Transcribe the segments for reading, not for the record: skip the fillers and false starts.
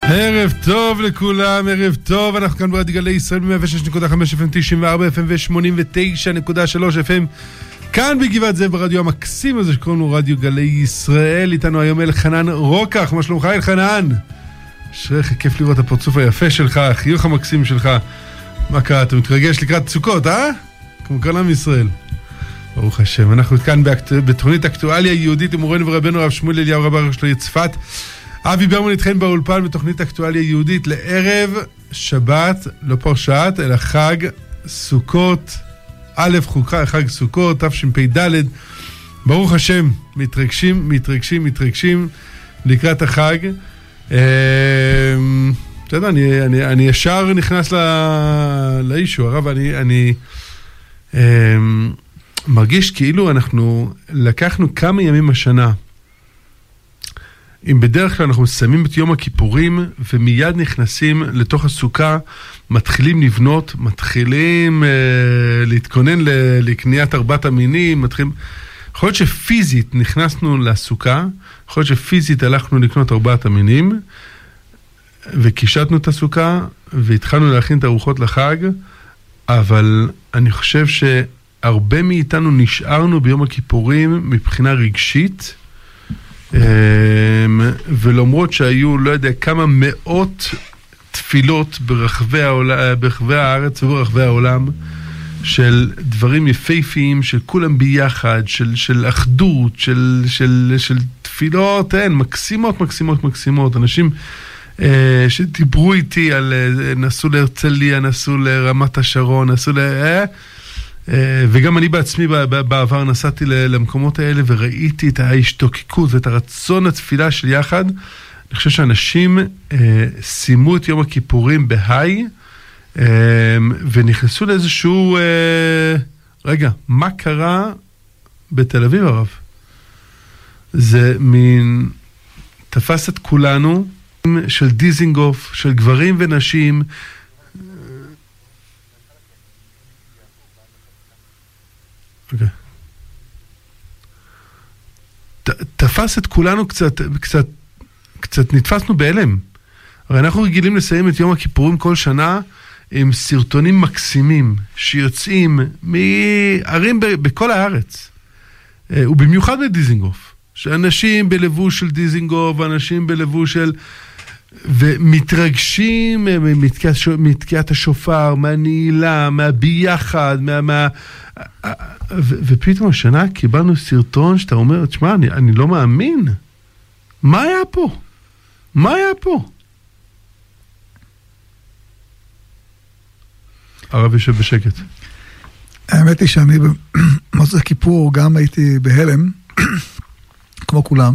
ערב טוב לכולם, ערב טוב, אנחנו כאן ברדיו גלי ישראל ב-106.5 FM, 94 FM ו-89.3 FM, כאן בגבעת זאב ברדיו המקסים הזה שקוראים לו רדיו גלי ישראל. איתנו היום אלחנן רוקח. מה שלומך אלחנן? אשריך, כיף לראות את הפרצוף היפה שלך, החיוך המקסים שלך. מה קרה, אתה מתרגש לקראת סוכות, כמו כל עם ישראל. ברוך השם. אנחנו כאן בתוכנית אקטואליה יהודית עם מורנו ורבנו הרב שמואל אליהו רב הראשי של צפת. אבי ברמן איתכם באולפן בתוכנית אקטואליה יהודית לערב שבת, לא פרשת, אלא חג סוכות, א' חג סוכות, תשפ"ד. ברוך השם, מתרגשים לקראת החג. אתה יודע, אני ישר נכנס לאישו, הרב, אני מרגיש כאילו אנחנו לקחנו כמה ימים השנה. אם בדרך כלל אנחנו מסיימים את יום הכיפורים ומיד נכנסים לתוך הסוכה, מתחילים לבנות, מתחילים להתכונן לקניית ארבעת המינים, יכול להיות שפיזית נכנסנו לסוכה, יכול להיות שפיזית הלכנו לקנות ארבעת המינים, וקישטנו את הסוכה, והתחלנו להכין את ארוחות לחג, אבל אני חושב שהרבה מאיתנו נשארנו ביום הכיפורים מבחינה רגשית, ולמרות שהיו לא יודע כמה מאות תפילות ברחבי הארץ וברחבי העולם של דברים יפהפיים של כולם ביחד, של אחדות, של תפילות מקסימות. אנשים שדיברו איתי על נסו להרצליה, נסו לרמת השרון, וגם אני בעצמי בעבר נסעתי למקומות האלה וראיתי את ההשתוקקות ואת הרצון התפילה של יחד. אני חושב שאנשים סיימו את יום הכיפורים בהיי ונכנסו לאיזשהו רגע, מה קרה בתל אביב הרב? זה מין תפס את כולנו של דיזינגוף, של גברים ונשים. תפס את כולנו קצת נתפסנו בהלם. הרי אנחנו רגילים לסיים את יום הכיפורים כל שנה עם סרטונים מקסימים שיוצאים מערים בכל הארץ, ובמיוחד בדיזינגוף, שאנשים בלבוש של דיזינגוף, אנשים בלבוש של ומתרגשים מתקיעת השופר, מהנעילה, מהביחד, ופתאום השנה קיבלנו סרטון שאתה אומר, תשמע, אני לא מאמין. מה היה פה? הרב יושב בשקט. האמת היא שאני במוצאי כיפור גם הייתי בהלם, כמו כולם.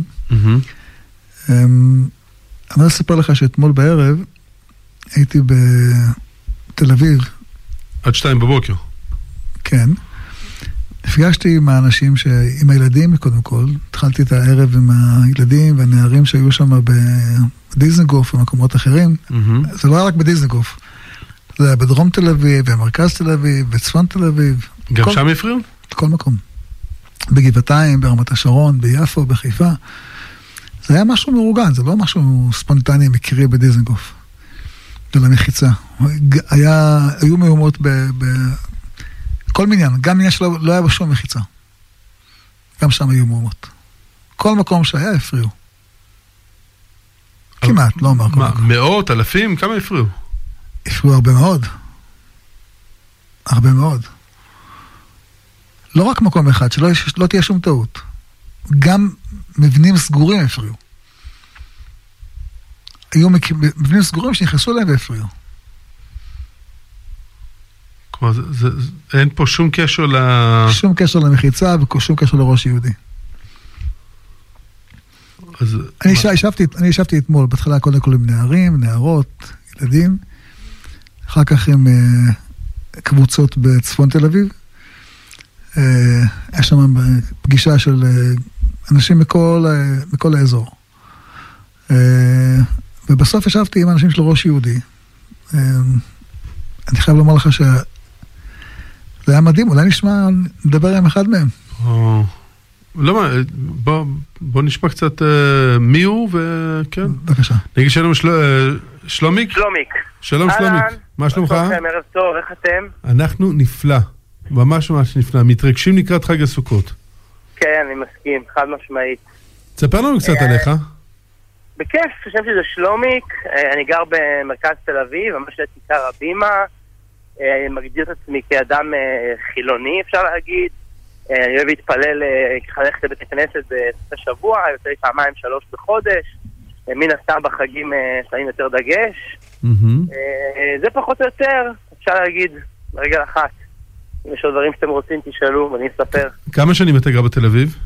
אני רוצה לספר לך שאתמול בערב הייתי בתל אביב. עד 2 בבוקר. כן. נפגשתי עם האנשים, עם הילדים קודם כל. התחלתי את הערב עם הילדים והנערים שהיו שם בדיזנגוף ומקומות אחרים. זה לא היה רק בדיזנגוף. זה היה בדרום תל אביב, במרכז תל אביב, בצפון תל אביב. גם שם הפריעו? כל מקום. בגבעתיים, ברמת השרון, ביפו, בחיפה. זה היה משהו מאורגן, זה לא משהו ספונטני מקרי בדיזנגוף. זה למחיצה. היו מהומות כל מניין, גם מניין שלא היה בשום מחיצה. גם שם היו מהומות. כל מקום שהיה הפריעו. כמעט, לא אומר כל מקום. מאות, אלפים? כמה הפריעו? הפריעו הרבה מאוד. הרבה מאוד. לא רק מקום אחד, שלא תהיה שום טעות. גם מבנים סגורים הפריעו. היו מבנים סגורים שנכנסו להם והפריעו. כלומר, אין פה שום קשר שום קשר למחיצה ושום קשר לראש יהודי. אני ישבתי אתמול, בהתחלה קודם כל עם נערים, נערות, ילדים, אחר כך עם קבוצות בצפון תל אביב. היה שם פגישה של אנשים מכל האזור. ובסוף ישבתי עם אנשים של ראש יהודי. אני חייב לומר לך שזה היה מדהים, אולי נדבר עם אחד מהם. לא מה, בוא נשמע קצת מי הוא, וכן. בבקשה. נגיד שלום שלומיק? שלומיק. שלום שלומיק, מה שלומך? ערב טוב, איך אתם? אנחנו נפלא, ממש ממש נפלא, מתרגשים לקראת חג הסוכות. כן, אני מסכים, חד משמעית. תספר לנו קצת עליך. בכיף, חושב שזה שלומיק, אני גר במרכז תל אביב, ממש לכיכר הבימה, אני מגדיר את עצמי כאדם חילוני, אפשר להגיד. אני אוהב להתפלל, ללכת לבית הכנסת בסוף השבוע, יוצא לי 2-3 בחודש, מן הסתם בחגים שמים יותר דגש. זה פחות או יותר, אפשר להגיד, ברגל אחת. אם יש עוד דברים שאתם רוצים, תשאלו, ואני אספר. כמה שנים אתה גר בתל אביב?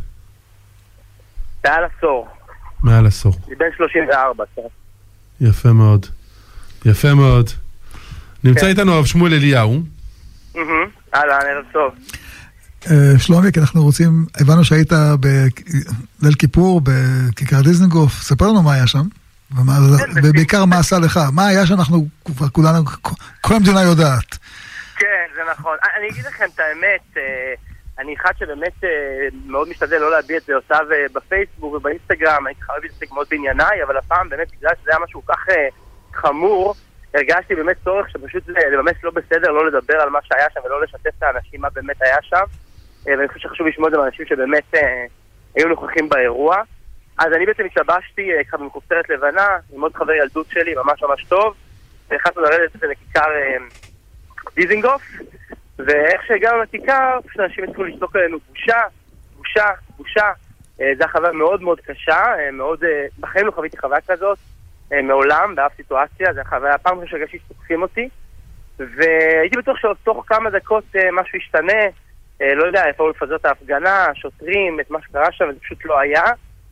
מעל עשור. מעל עשור. בין 34, כן. יפה מאוד. יפה מאוד. נמצא איתנו הרב שמואל אליהו. הלאה, ערב טוב. שלומיק, אנחנו רוצים, הבנו שהיית בליל כיפור בכיכר דיזנגוף, ספר לנו מה היה שם, ובעיקר מה עשה לך, מה היה שאנחנו כולנו, כל המדינה יודעת. כן, זה נכון. אני אגיד לכם את האמת, אני אחד שבאמת מאוד משתדל לא להביע את דעותיו בפייסבוק ובאינסטגרם, אני חייב להתעסק מאוד בענייניי, אבל הפעם באמת בגלל שזה היה משהו כך חמור, הרגשתי באמת צורך שפשוט לממש לא בסדר, לא לדבר על מה שהיה שם ולא לשתף את האנשים מה באמת היה שם. ואני חושב שחשוב לשמוע את זה מאנשים שבאמת היו נוכחים באירוע. אז אני בעצם התלבשתי ככה במקופצרת לבנה, עם עוד חבר ילדות שלי, ממש ממש טוב, והחלטנו לרדת את זה לכיכר דיזנגוף, ואיך שהגענו לכיכר, פשוט אנשים התחילו לשתוק עלינו בושה, בושה, בושה. זו החוויה מאוד מאוד קשה, מאוד, בחיים לא חוויתי חוויה כזאת, מעולם, באף סיטואציה, זו החוויה, הפעם שהרגשתי שתוקפים אותי, והייתי בטוח שתוך כמה דקות משהו ישתנה, לא יודע, איפה לפזר את ההפגנה, שוטרים, את מה שקרה שם, זה פשוט לא היה.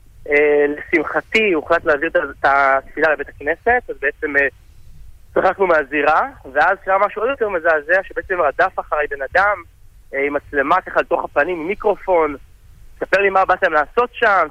לשמחתי, הוחלט להעביר את התפילה לבית הכנסת, אז בעצם צחקנו מהזירה, ואז קרה משהו עוד יותר מזעזע, שבעצם רדף אחרי בן אדם, עם מצלמה ככה לתוך הפנים, עם מיקרופון, ספר לי מה באתם לעשות שם,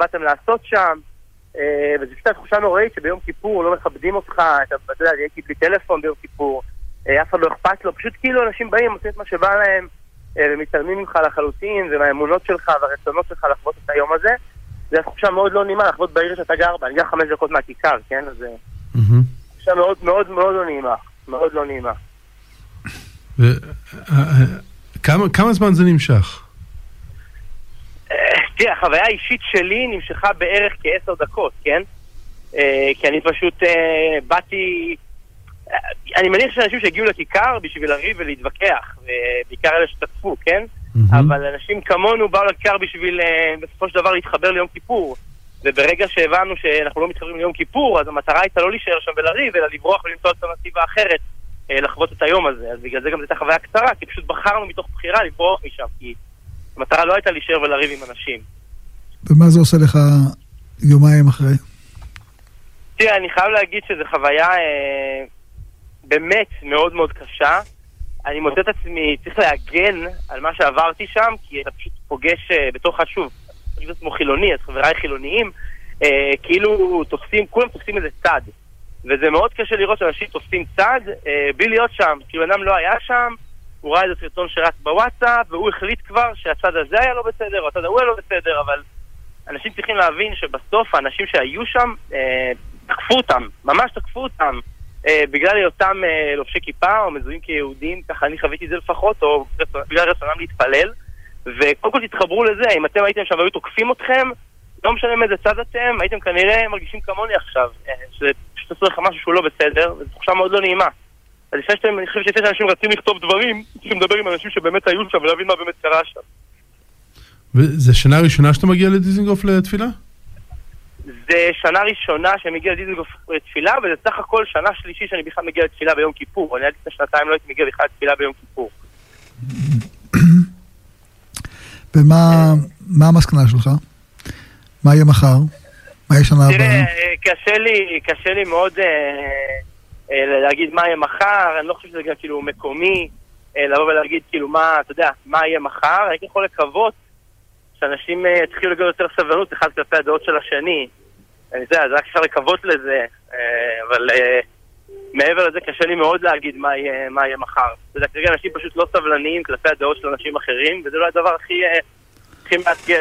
וזו פשוט תחושה נוראית שביום כיפור לא מכבדים אותך, אתה יודע, הייתי בלי טלפון ביום כיפור, אף אחד לא אכפת לו, פשוט כאילו אנשים באים, עושים את מה שבא להם, ומתעלמים ממך לחלוטין, ומהאמונות שלך והרצונות שלך לחוות את היום הזה. זו תחושה מאוד לא נעימה, לחוות בעיר שאתה גר בה, אני גר 5 דקות מהכיכר, כן? אז תחושה מאוד מאוד מאוד לא נעימה, מאוד לא נעימה. כמה זמן זה נמשך? תראה, החוויה האישית שלי נמשכה בערך כ10 דקות, כן? כי אני פשוט באתי... אני מניח שאנשים שהגיעו לכיכר בשביל לריב ולהתווכח, ובעיקר אלה שתקפו, כן? אבל אנשים כמונו באו לכיכר בשביל בסופו של דבר להתחבר ליום כיפור, וברגע שהבנו שאנחנו לא מתחברים ליום כיפור, אז המטרה הייתה לא להישאר שם ולריב, אלא לברוח ולמצוא אלטרנטיבה אחרת לחוות את היום הזה. אז בגלל זה גם זו הייתה חוויה קצרה, כי פשוט בחרנו מתוך בחירה לברוח משם, כי המטרה לא הייתה להישאר ולריב עם אנשים. ומה זה עושה לך יומיים אחרי? תראה, אני חייב להגיד שזו חוויה באמת מאוד מאוד קשה. אני מוצא את עצמי, צריך להגן על מה שעברתי שם, כי אתה פשוט פוגש בתוך השוב, אני חושב כמו חילוני, אז חבריי חילוניים, כאילו תופסים, כולם תופסים איזה צד. וזה מאוד קשה לראות שאנשים תופסים צד, בלי להיות שם. כאילו אדם לא היה שם, הוא ראה איזה סרטון שרץ בוואטסאפ, והוא החליט כבר שהצד הזה היה לא בסדר, או הצד ההוא היה לא בסדר, אבל אנשים צריכים להבין שבסוף האנשים שהיו שם, תקפו אותם, ממש תקפו אותם. בגלל היותם לובשי כיפה או מזוהים כיהודים, ככה אני חוויתי את זה לפחות, או בגלל רצונם להתפלל, וקודם כל תתחברו לזה, אם אתם הייתם שם והיו תוקפים אתכם, לא משנה מאיזה צד אתם, הייתם כנראה מרגישים כמוני עכשיו, שפשוט עשו לך משהו שהוא לא בסדר, וזו תחושה מאוד לא נעימה. אז אני חושב שלפני שאנשים רצים לכתוב דברים, צריכים לדבר עם אנשים שבאמת היו שם ולהבין מה באמת קרה שם. וזה שנה ראשונה שאתה מגיע לדיזנגוף לתפילה? זה שנה ראשונה שאני מגיע לדיזנגוף לתפילה, וזה סך הכל שנה שלישי שאני בכלל מגיע לתפילה ביום כיפור. אני עד לפני שנתיים לא הייתי מגיע בכלל לתפילה ביום כיפור. ומה המסקנה שלך? מה יהיה מחר? מה יהיה שנה הבאה? תראה, קשה לי מאוד להגיד מה יהיה מחר. אני לא חושב שזה גם כאילו מקומי לבוא ולהגיד כאילו מה, אתה יודע, מה יהיה מחר. הייתי יכול לקוות שאנשים התחילו לגלות יותר סבלנות אחד כלפי הדעות של השני. אני יודע, זה רק אפשר לקוות לזה, אבל מעבר לזה קשה לי מאוד להגיד מה יהיה מחר. אתה יודע, כרגע אנשים פשוט לא סבלניים כלפי הדעות של אנשים אחרים, וזה לא הדבר הכי מאתגר.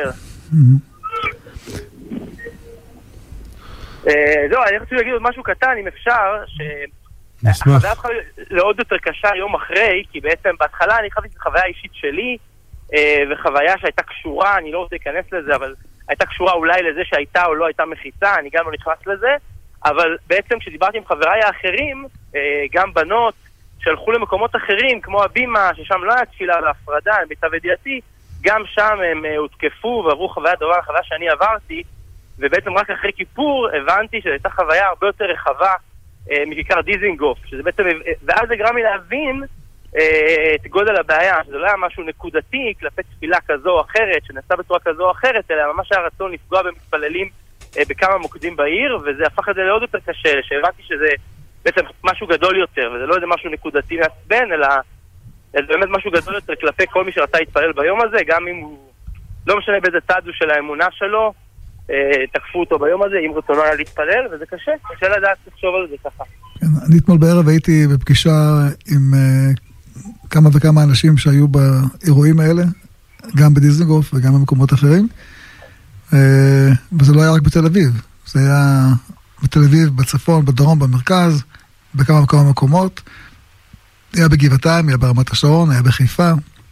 זהו, אני חושב להגיד עוד משהו קטן, אם אפשר, שהחוויה הפכה לעוד יותר קשה יום אחרי, כי בעצם בהתחלה אני חייבתי את החוויה האישית שלי, וחוויה שהייתה קשורה, אני לא רוצה להיכנס לזה, אבל הייתה קשורה אולי לזה שהייתה או לא הייתה מחיצה, אני גם לא נכנס לזה, אבל בעצם כשדיברתי עם חבריי האחרים, גם בנות שהלכו למקומות אחרים, כמו הבימה, ששם לא היה תפילה והפרדה, במיטב ידיעתי, גם שם הם הותקפו ועברו חוויה דומה לחוויה שאני עברתי, ובעצם רק אחרי כיפור הבנתי שזו הייתה חוויה הרבה יותר רחבה מכיכר דיזינגוף, שזה בעצם, ואז זה גרם לי להבין את גודל הבעיה, שזה לא היה משהו נקודתי כלפי תפילה כזו או אחרת, שנעשה בצורה כזו או אחרת, אלא ממש היה רצון לפגוע במתפללים בכמה מוקדים בעיר, וזה הפך את זה לעוד יותר קשה, שהבנתי שזה בעצם משהו גדול יותר, וזה לא איזה משהו נקודתי מעצבן, אלא זה באמת משהו גדול יותר כלפי כל מי שרצה להתפלל ביום הזה, גם אם הוא לא משנה באיזה צד הוא של האמונה שלו, תקפו אותו ביום הזה, אם רצונו היה להתפלל, וזה קשה לדעת לחשוב על זה ככה. אני אתמול בערב הייתי בפגישה עם כמה וכמה אנשים שהיו באירועים האלה, גם בדיזנגוף וגם במקומות אחרים, וזה לא היה רק בתל אביב, זה היה בתל אביב, בצפון, בדרום, במרכז, בכמה וכמה מקומות, היה בגבעתיים, היה ברמת השרון, היה בחיפה,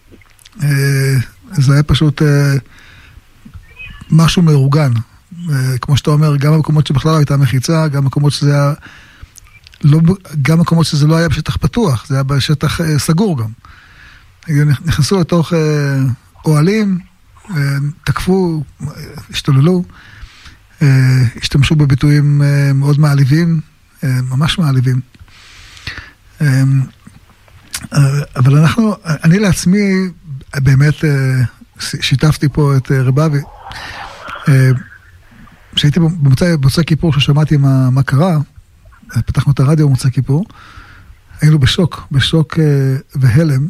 זה היה פשוט משהו מאורגן, כמו שאתה אומר, גם במקומות שבכלל לא הייתה מחיצה, גם מקומות שזה היה גם מקומות שזה לא היה בשטח פתוח, זה היה בשטח סגור גם. נכנסו לתוך אוהלים, תקפו, השתוללו, השתמשו בביטויים מאוד מעליבים, ממש מעליבים. אבל אני לעצמי באמת שיתפתי פה את רבבי, שהייתי במוצאי כיפור ששמעתי מה קרה, פתחנו את הרדיו במוצאי כיפור, היינו בשוק והלם,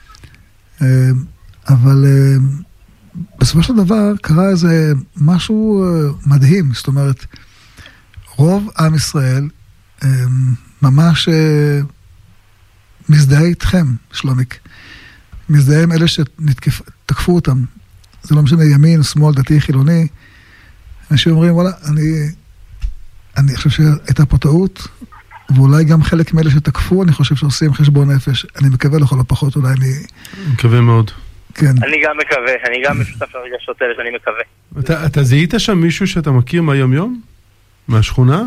אבל בסופו של דבר קרה איזה משהו מדהים, זאת אומרת, רוב עם ישראל ממש מזדהה איתכם, שלומיק, מזדהה עם אלה שתקפו אותם, זה לא משנה ימין, שמאל, דתי, חילוני, אנשים אומרים, וואלה, אני חושב שהייתה פה טעות, ואולי גם חלק מאלה שתקפו, אני חושב שעושים חשבון נפש. אני מקווה לכל הפחות, אולי אני מקווה מאוד. כן. אני גם מקווה, אני גם משותף לרגשות האלה שאני מקווה. אתה זיהית שם מישהו שאתה מכיר מהיום-יום? מהשכונה?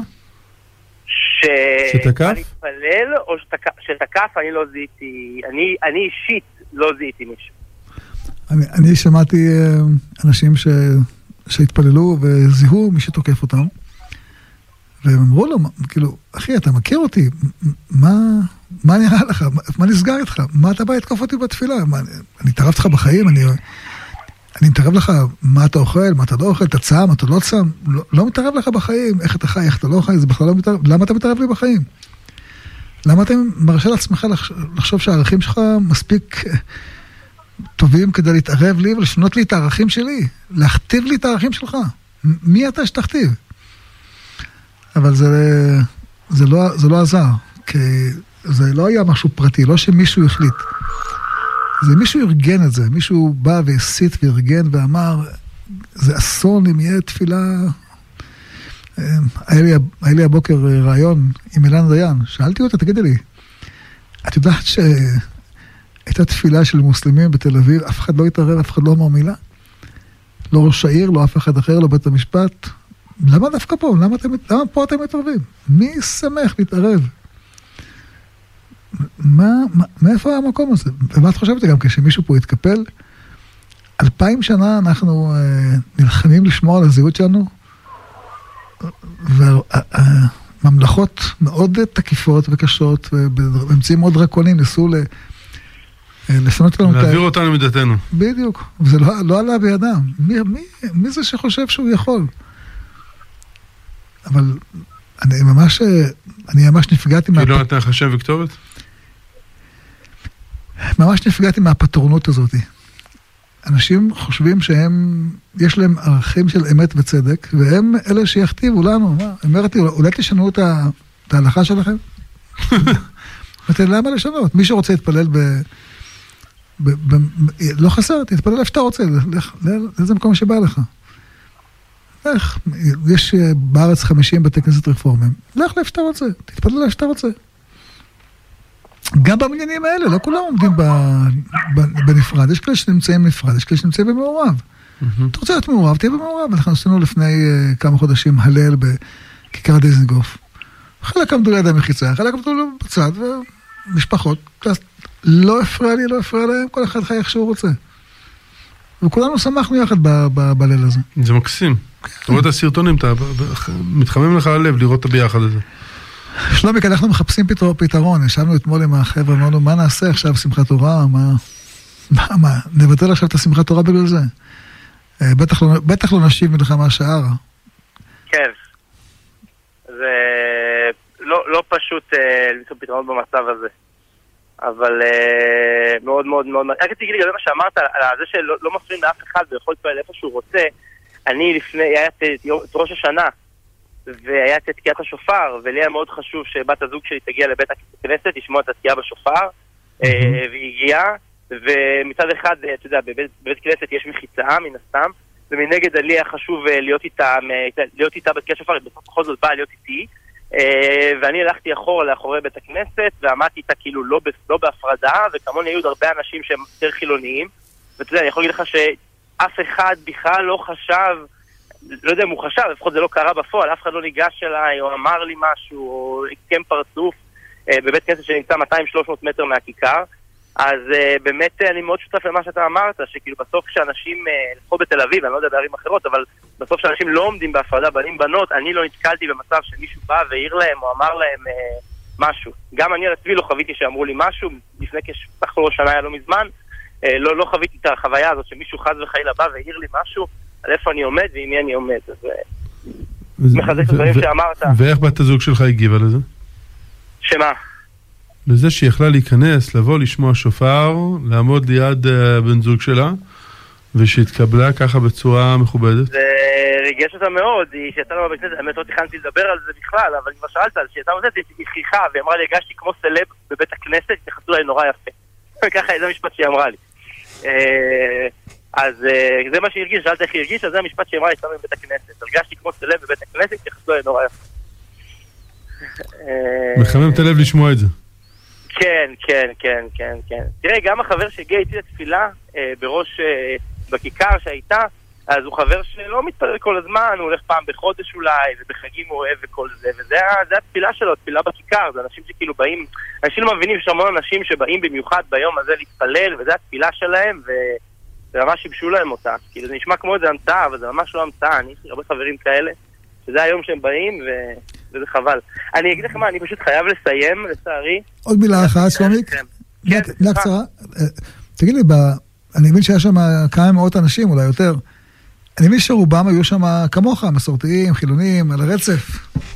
שתקף? אני מתפלל, או שתקף, אני לא זיהיתי, אני אישית לא זיהיתי מישהו. אני שמעתי אנשים שהתפללו וזיהו מי שתוקף אותם, והם אמרו לו, כאילו, אחי, אתה מכיר אותי, מה נראה לך? מה נסגר איתך? מה אתה בא לתקוף אותי בתפילה? אני אתערב לך בחיים? אני מתערב לך מה אתה אוכל, מה אתה לא אוכל, אתה צם, אתה לא צם? לא מתערב לך בחיים, איך אתה חי, איך אתה לא חי, זה בכלל לא מתערב. למה אתה מתערב לי בחיים? למה אתה מרשה לעצמך לחשוב שהערכים שלך מספיק טובים כדי להתערב לי ולשנות לי את הערכים שלי? להכתיב לי את הערכים שלך? מי אתה שתכתיב? אבל זה לא עזר, כי זה לא היה משהו פרטי, לא שמישהו החליט. זה מישהו ארגן את זה, מישהו בא והסית וארגן ואמר, זה אסון אם יהיה תפילה. היה לי הבוקר רעיון עם אילן דיין, שאלתי אותה, תגידי לי, את יודעת שהייתה תפילה של מוסלמים בתל אביב, אף אחד לא התערב, אף אחד לא אמר מילה? לא ראש העיר, לא אף אחד אחר, לא בית המשפט. למה דווקא פה? למה פה אתם מתערבים? מי שמח להתערב? מאיפה המקום הזה? ומה את חושבת גם כשמישהו פה יתקפל? 2000 שנה אנחנו נלחמים לשמור על הזהות שלנו, וממלכות מאוד תקיפות וקשות, ובאמצעים מאוד דרקונים ניסו לשנות לנו להעביר אותנו מדתנו. בדיוק, וזה לא עלה בידם. מי זה שחושב שהוא יכול? אבל אני ממש נפגעתי כי לא נתן לך שם וכתובת? ממש נפגעתי מהפטרונות הזאת. אנשים חושבים יש להם ערכים של אמת וצדק, והם אלה שיכתיבו לנו. אמרתי, אולי תשנו את ההלכה שלכם? למה לשנות? מי שרוצה להתפלל לא חסר, תתפלל איפה שאתה רוצה, לאיזה מקום שבא לך. איך? יש בארץ 50 בתי כנסת רפורמים. לך לאיפה שאתה רוצה, תתפלל לאיפה שאתה רוצה. גם במניינים האלה, לא כולם עומדים בנפרד. יש כאלה שנמצאים נפרד, יש כאלה שנמצאים במעורב. אתה רוצה להיות מעורב, תהיה במעורב. אנחנו עשינו לפני כמה חודשים הלל בכיכר דיזנגוף. חלק עמדו ליד המחיצה, חלק עמדו בצד, ומשפחות, לא הפריע לי, לא הפריע להם, כל אחד חי איך שהוא רוצה. וכולנו שמחנו יחד בליל הזה. זה מקסים. אתה רואה את הסרטונים, אתה מתחמם לך הלב לראות את הביחד הזה. שלומיק, אנחנו מחפשים פתרון. ישבנו אתמול עם החבר'ה, אמרנו, מה נעשה עכשיו שמחת תורה? מה? נבטל עכשיו את השמחת תורה בגלל זה. בטח לא נשיב מלחמה שערה. כן. זה לא פשוט למצוא פתרון במצב הזה. אבל מאוד מאוד מאוד... רק תגיד לי, גם מה שאמרת על זה שלא מפריעים לאף אחד ויכול להתפעל איפה שהוא רוצה, אני לפני, היה את ראש השנה, והיה את תקיעת השופר, ולי היה מאוד חשוב שבת הזוג שלי תגיע לבית הכנסת, לשמוע את התקיעה בשופר, והיא הגיעה, ומצד אחד, אתה יודע, בבית כנסת יש מחיצה מן הסתם, ומנגד לי היה חשוב להיות איתה בתקיעת השופר, בכל זאת באה להיות איתי, ואני הלכתי לאחורי בית הכנסת, ועמדתי איתה כאילו לא בהפרדה, וכמוני היו הרבה אנשים שהם יותר חילוניים, ואתה יודע, אני יכול להגיד לך שאף אחד בכלל לא חשב, לא יודע אם הוא חשב, לפחות זה לא קרה בפועל, אף אחד לא ניגש אליי, או אמר לי משהו, או הקם פרצוף, בבית כנסת שנמצא 200-300 מטר מהכיכר, אז באמת אני מאוד שותף למה שאתה אמרת, שכאילו בסוף כשאנשים, לפחות בתל אביב, אני לא יודע בערים אחרות, אבל בסוף כשאנשים לא עומדים בהפרדה, בנים בנות, אני לא נתקלתי במצב שמישהו בא והעיר להם או אמר להם משהו. גם אני על עצמי לא חוויתי שאמרו לי משהו, לפני כשסך לא שנה היה לא מזמן, לא חוויתי את החוויה הזאת שמישהו חז וחלילה בא והעיר לי משהו, על איפה אני עומד ועם מי אני עומד. אז מחזק את הדברים שאמרת. ואיך בת הזוג שלך הגיבה לזה? שמה? בזה שהיא יכלה להיכנס, לבוא לשמוע שופר, לעמוד ליד בן זוג שלה, ושהתקבלה ככה בצורה מכובדת. זה ריגש אותה מאוד, היא שיצאה לנו בכנסת, האמת לא תכננתי לדבר על זה בכלל, אבל כבר שאלת, אז שיצאה לנו היא חיכה, והיא אמרה לי, הגשתי כמו סלב בבית הכנסת, התייחסו לה נורא יפה. ככה, זה המשפט שהיא אמרה לי. אז זה מה שהיא הרגיש, שאלת איך היא הרגיש, אז זה המשפט שהיא אמרה לי, בבית הכנסת. הרגשתי כמו סלב בבית הכנסת, התייחסו לה נורא יפה. מחמם את הלב לשמוע את זה. כן. תראה, גם החבר שהגיע איתי לתפילה בראש, בכיכר שהייתה, אז הוא חבר שלא מתפלל כל הזמן, הוא הולך פעם בחודש אולי, ובחגים הוא אוהב וכל זה, וזה התפילה שלו, תפילה בכיכר, זה אנשים שכאילו באים, אנשים לא מבינים שיש המון אנשים שבאים במיוחד ביום הזה להתפלל, וזה התפילה שלהם, וממש שיבשו להם אותה. כאילו זה נשמע כמו איזה המצאה, אבל זה ממש לא המצאה, אני יש לי הרבה חברים כאלה, שזה היום שהם באים, וזה חבל. אני אגיד לכם מה, אני פשוט חייב לסיים, לצערי. עוד מילה אחת, שלומיק. מילה קצרה. תגיד לי, אני מבין שהיה שם כמה מאות אנשים, אולי יותר. אני מבין שרובם היו שם כמוך, מסורתיים, חילונים, על הרצף.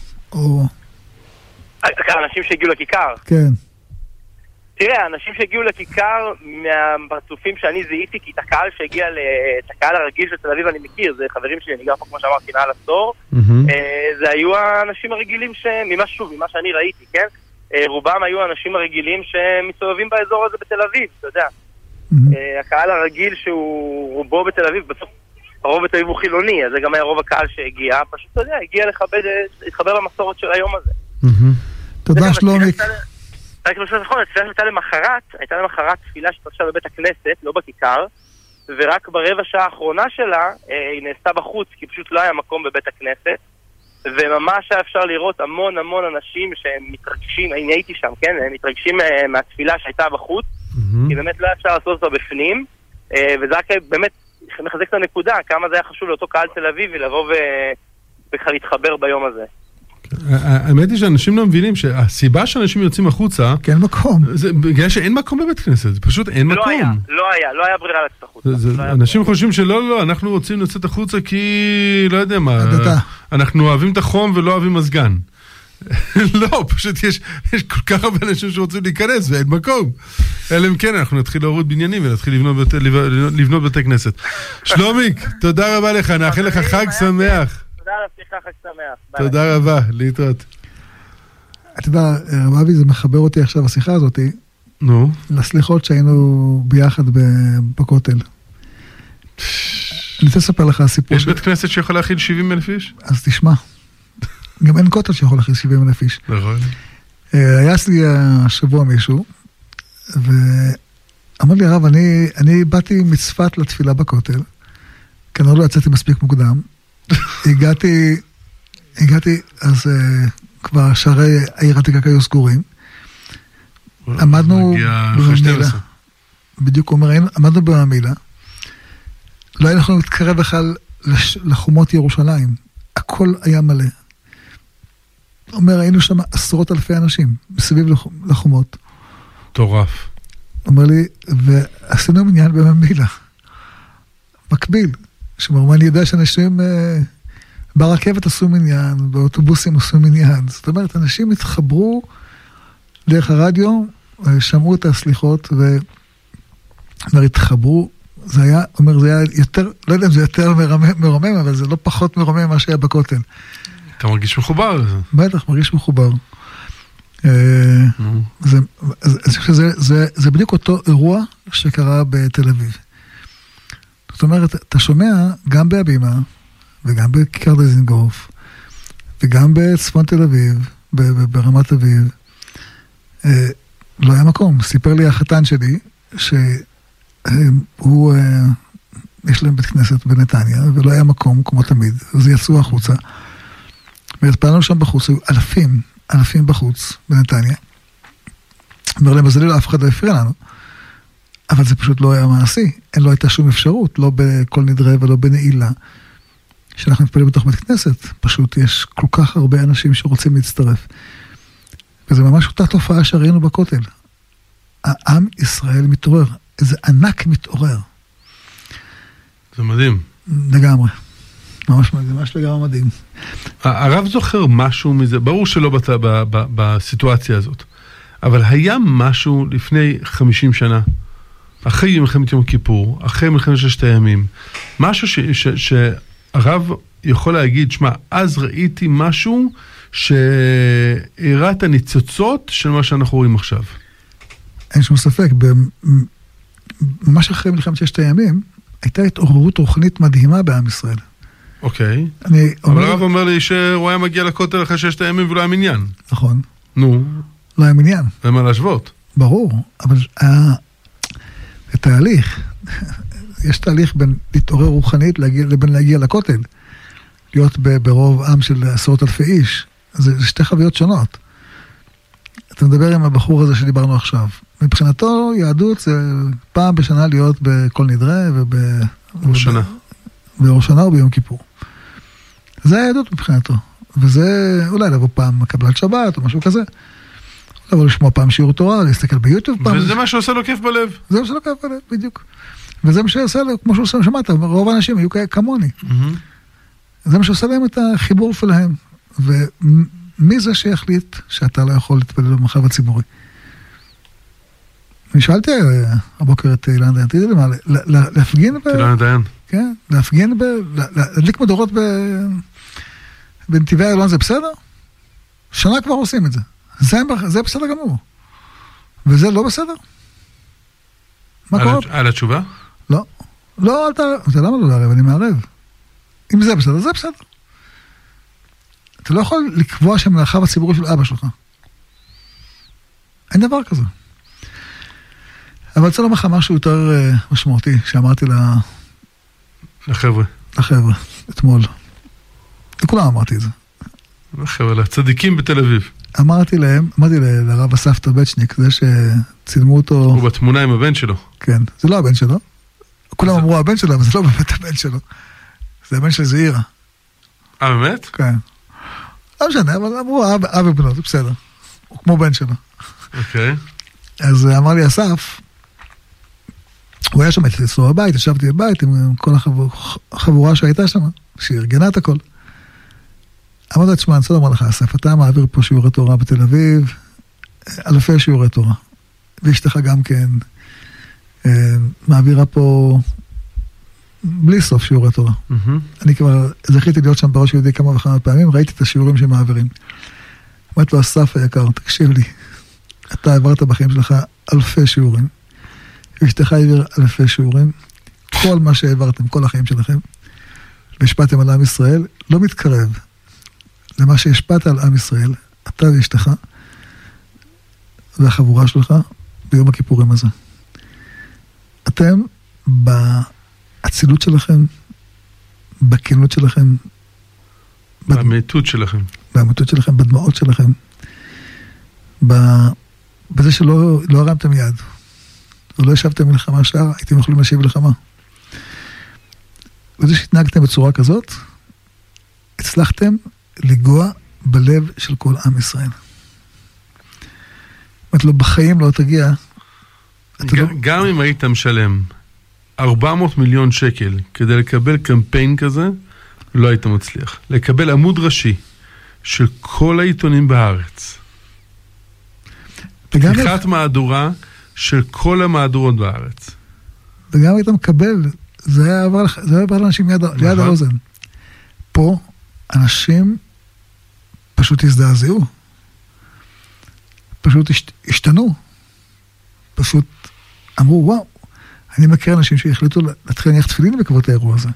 אנשים שהגיעו לכיכר. כן. תראה, האנשים שהגיעו לכיכר מהפרצופים שאני זיהיתי, כי את הקהל שהגיע, את הקהל הרגיל של תל אביב אני מכיר, זה חברים שלי, אני גר פה כמו שאמרתי מעל עשור, זה היו האנשים הרגילים ממה שאני ראיתי, כן? רובם היו האנשים הרגילים שמסתובבים באזור הזה בתל אביב, אתה יודע. הקהל הרגיל שהוא רובו בתל אביב, בסוף הרוב בתל אביב הוא חילוני, אז זה גם היה רוב הקהל שהגיע, פשוט אתה יודע, הגיע להתחבר למסורת של היום הזה. תודה שלומיק. רק משהו נכון, התפילה הייתה למחרת תפילה שתרשה בבית הכנסת, לא בכיכר, ורק ברבע שעה האחרונה שלה היא נעשתה בחוץ, כי פשוט לא היה מקום בבית הכנסת, וממש היה אפשר לראות המון אנשים שהם מתרגשים, אני הייתי שם, כן? הם מתרגשים מהתפילה שהייתה בחוץ, כי באמת לא היה אפשר לעשות אותה בפנים, וזה רק באמת מחזק את הנקודה, כמה זה היה חשוב לאותו קהל תל אביבי לבוא ובכלל להתחבר ביום הזה. האמת היא שאנשים לא מבינים שהסיבה שאנשים יוצאים החוצה, כי אין מקום. זה בגלל שאין מקום בבית כנסת, זה פשוט אין מקום. לא היה ברירה לצאת החוצה. אנשים חושבים שלא, אנחנו רוצים לצאת החוצה כי, לא יודע מה, אנחנו אוהבים את החום ולא אוהבים מזגן. לא, פשוט יש כל כך הרבה אנשים שרוצים להיכנס ואין מקום. אלא אם כן, אנחנו נתחיל להוריד בניינים ונתחיל לבנות בתי כנסת. שלומיק, תודה רבה לך, נאחל לך חג שמח. תודה רבה, להתראות. אתה יודע, רבי, זה מחבר אותי עכשיו השיחה הזאת, לסליחות שהיינו ביחד בכותל. אני רוצה לספר לך סיפור. יש בית כנסת שיכול להכיל 70,000 איש? אז תשמע. גם אין כותל שיכול להכיל 70,000 איש. נכון. היה אצלי השבוע מישהו, ואמר לי הרב, אני באתי מצפת לתפילה בכותל, כנראה לא יצאתי מספיק מוקדם. הגעתי, אז כבר שערי העיר העתיקה היו סגורים. עמדנו בממילה. בדיוק אומר, עמדנו בממילה. לא היינו יכולים להתקרב בכלל לחומות ירושלים. הכל היה מלא. אומר, היינו שם 10,000 אנשים מסביב לחומות. מטורף. אומר לי, ועשינו מניין בממילה. מקביל. שאומר, אני יודע שאנשים ברכבת עשו מניין, באוטובוסים עשו מניין. זאת אומרת, אנשים התחברו דרך הרדיו, שמעו את הסליחות, והתחברו. זה היה, אומר, זה היה יותר, לא יודע אם זה יותר מרומם, אבל זה לא פחות מרומם ממה שהיה בכותל. אתה מרגיש מחובר? בטח, מרגיש מחובר. זה בדיוק אותו אירוע שקרה בתל אביב. זאת אומרת, אתה שומע גם בהבימה, וגם בכיכר דיזנגוף, וגם בצפון תל אביב, ברמת אביב, לא היה מקום. סיפר לי החתן שלי, שהוא, יש להם בית כנסת בנתניה, ולא היה מקום, כמו תמיד, אז יצאו החוצה, והתפעלנו שם בחוץ, היו אלפים בחוץ, בנתניה. אומר להם, מזלי, אף אחד לא הפריע לנו, אבל זה פשוט לא היה מעשי, לא הייתה שום אפשרות, לא בכל נדרה ולא בנעילה, שאנחנו נתפלים בתוך בית כנסת, פשוט יש כל כך הרבה אנשים שרוצים להצטרף. וזה ממש אותה תופעה שראינו בכותל. העם ישראל מתעורר, איזה ענק מתעורר. זה מדהים. לגמרי. ממש לגמרי מדהים. הרב זוכר משהו מזה, ברור שלא בסיטואציה הזאת, אבל היה משהו לפני 50 שנה, אחרי מלחמת יום כיפור, אחרי מלחמת ששת הימים, משהו שהרב יכול להגיד, שמע, אז ראיתי משהו שהראה את הניצוצות של מה שאנחנו רואים עכשיו. אין שום ספק, ממש אחרי מלחמת ששת הימים, הייתה התעוררות רוחנית מדהימה בעם ישראל. אוקיי. אבל הרב אומר לי שהוא היה מגיע לכותל אחרי ששת הימים ולא היה מניין. נכון. נו. לא היה מניין. ומה להשוות? ברור, אבל זה תהליך. יש תהליך בין להתעורר רוחנית לבין להגיע לכותל. להיות ברוב עם של 10,000 איש. זה שתי חוויות שונות. אתה מדבר עם הבחור הזה שדיברנו עכשיו. מבחינתו, יהדות זה פעם בשנה להיות בכל נדרה ראש שנה. בראש שנה או ביום כיפור. זה היהדות מבחינתו. וזה אולי לבוא פעם קבלת שבת או משהו כזה. לבוא לשמוע פעם שיעור תורה, להסתכל ביוטיוב פעם. וזה מה שעושה לו כיף בלב. זה מה שעושה לו כיף בלב, בדיוק. וזה מה שעושה לו, כמו שעושה, שמעת, רוב האנשים היו כמוני. זה מה שעושה להם את החיבור שלהם. ומי זה שיחליט שאתה לא יכול להתפלל במרחב הציבורי? אני שאלתי הבוקר את אילן דיין, תגידי לי מה, להפגין אילן דיין. כן, להפגין להדליק מדורות בנתיבי איילון זה בסדר? שנה כבר עושים את זה. זה בסדר גמור. וזה לא בסדר? מה קורה? על התשובה? לא. לא, אל תערב. אתה למה לא לערב? אני מערב. אם זה בסדר, זה בסדר. אתה לא יכול לקבוע שמרחב הציבורי של אבא שלך. אין דבר כזה. אבל אני רוצה לומר לך משהו יותר משמעותי, שאמרתי לחבר'ה. לחבר'ה, אתמול. לכולם אמרתי את זה. לחבר'ה, לצדיקים בתל אביב. אמרתי לרב אסף טרבצ'ניק, זה שצילמו אותו... הוא בתמונה עם הבן שלו. כן, זה לא הבן שלו. כולם אמרו הבן שלו, אבל זה לא באמת הבן שלו. זה הבן של זעירה. באמת? כן. לא משנה, אבל אמרו אב ובנו, זה בסדר. הוא כמו בן שלו. אוקיי. אז אמר לי אסף, הוא היה שם אצלו בבית, ישבתי בבית עם כל החבורה שהייתה שם, שארגנה את הכל. אמרתי, תשמע, אני רוצה לומר לך, אסף, אתה מעביר פה שיעורי תורה בתל אביב, אלפי שיעורי תורה. ואשתך גם כן מעבירה פה בלי סוף שיעורי תורה. אני כבר זכיתי להיות שם בראש יהודי כמה וכמה פעמים, ראיתי את השיעורים שמעבירים. אמרתי לו, אסף היקר, תקשיב לי, אתה העברת בחיים שלך אלפי שיעורים, ואשתך העביר אלפי שיעורים, כל מה שהעברתם, כל החיים שלכם, והשפעתם על עם ישראל, לא מתקרב למה שהשפעת על עם ישראל, אתה ואשתך, והחבורה שלך, ביום הכיפורים הזה. אתם, באצילות שלכם, בכנות שלכם, באמיתות שלכם. באמיתות שלכם, בדמעות שלכם, בזה שלא הרמתם יד, ולא ישבתם מלחמה שער, הייתם יכולים להשיב מלחמה. וזה שהתנהגתם בצורה כזאת, הצלחתם לגוע בלב של כל עם ישראל. זאת אומרת, בחיים לא תגיע... גם אם היית משלם 400 מיליון שקל כדי לקבל קמפיין כזה, לא היית מצליח. לקבל עמוד ראשי של כל העיתונים בארץ. פתיחת מהדורה של כל המהדורות בארץ. וגם היית מקבל, זה היה עבר לאנשים ליד האוזן. פה אנשים פשוט הזדעזעו. פשוט השתנו. פשוט אמרו, וואו, אני מכיר אנשים שהחליטו להתחיל להניח תפילין בעקבות האירוע הזה.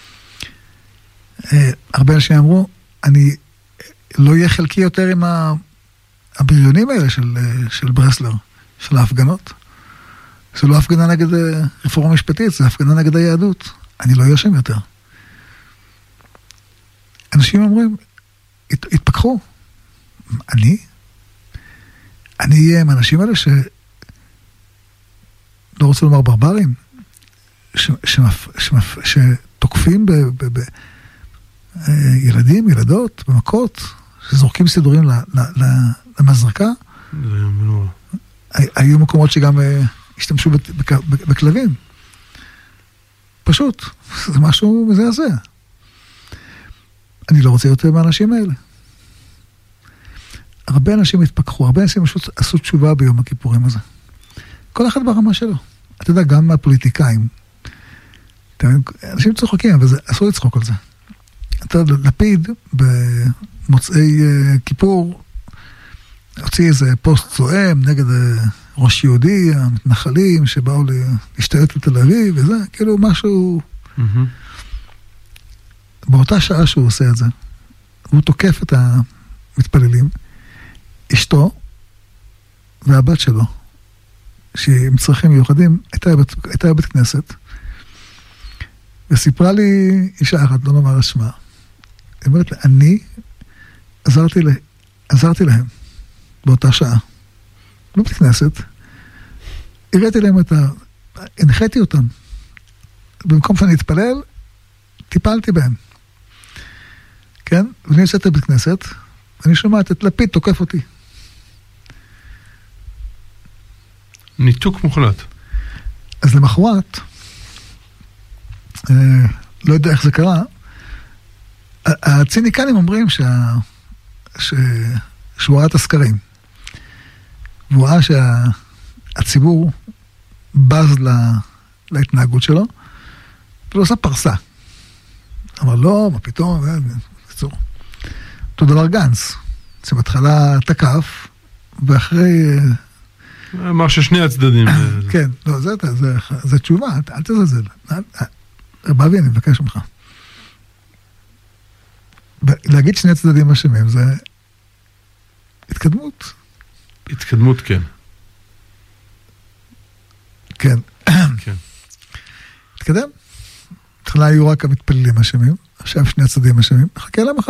הרבה אנשים אמרו, אני לא יהיה חלקי יותר עם הבריונים האלה של ברסלר, של ההפגנות. זה לא הפגנה נגד רפורמה משפטית, זה הפגנה נגד היהדות. אני לא אהיה שם יותר. אנשים אומרים, התפכחו. אני אהיה עם האנשים האלה לא רוצה לומר ברברים, שתוקפים ילדים, ילדות, במכות, שזורקים סידורים למזרקה. היו מקומות שגם השתמשו בכלבים. פשוט, זה משהו מזעזע. אני לא רוצה יותר מהאנשים האלה. הרבה אנשים התפכחו, הרבה אנשים עשו תשובה ביום הכיפורים הזה. כל אחד ברמה שלו. אתה יודע, גם מהפוליטיקאים. אנשים צוחקים, אבל אסור לצחוק על זה. אתה יודע, לפיד, במוצאי כיפור, הוציא איזה פוסט צועם נגד ראש יהודי, המתנחלים שבאו להשתלט לתל אביב, וזה, כאילו משהו... באותה שעה שהוא עושה את זה, הוא תוקף את המתפללים, אשתו והבת שלו, שעם צרכים מיוחדים, הייתה בבית כנסת, וסיפרה לי אישה אחת, לא נאמר השמה, היא אומרת לי, אני עזרתי להם באותה שעה, לא בבית כנסת, הראיתי להם הנחיתי אותם, במקום שאני אתפלל, טיפלתי בהם. כן? ואני יוצאת לבית כנסת, ואני שומעת את לפיד תוקף אותי. ניתוק מוחלט. אז למחרת, לא יודע איך זה קרה, הציניקנים אומרים שהוא ראה את הסקרים. והוא ראה שהציבור בז להתנהגות שלו, ולא עושה פרסה. אמר, לא, מה פתאום, בקיצור. אותו דבר גנץ, שבהתחלה תקף, ואחרי... אמר ששני הצדדים. כן, לא, זה תשובה, אל תזלזל. רבבי, אני מבקש ממך. להגיד שני הצדדים אשמים, זה התקדמות. התקדמות, כן. כן. כן. התקדם. התחלה היו רק המתפללים אשמים, עכשיו שני הצדדים אשמים, נחכה למחר.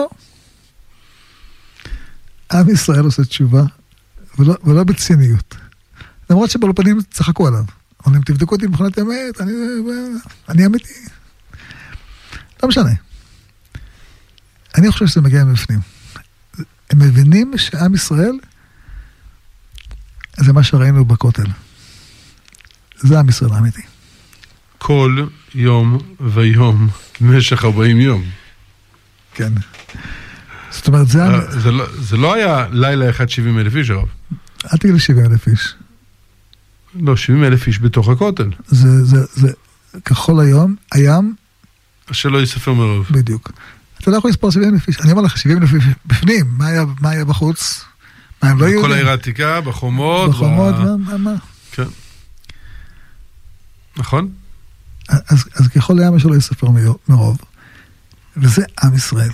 עם ישראל עושה תשובה, ולא בציניות. למרות שבאולפנים צחקו עליו. אבל אם תבדקו אותי מבחינת אמת, אני אמיתי. לא משנה. אני חושב שזה מגיע מבפנים. הם מבינים שעם ישראל, זה מה שראינו בכותל. זה עם ישראל האמיתי. כל יום ויום, במשך 40 יום. כן. זאת אומרת, זה לא היה לילה אחד 70,000 איש, הרב. אל תגיד לי 70,000 איש. לא, 70,000 איש בתוך הכותל. זה ככל היום, הים... שלא יספר מרוב. בדיוק. אתה לא יכול לספור 70,000 איש. אני אומר לך, 70,000 איש בפנים. מה היה בחוץ? מה הם לא יהודים? כל העיר העתיקה, בחומות. בחומות, מה? כן. נכון? אז ככל ים שלא יספר מרוב, וזה עם ישראל.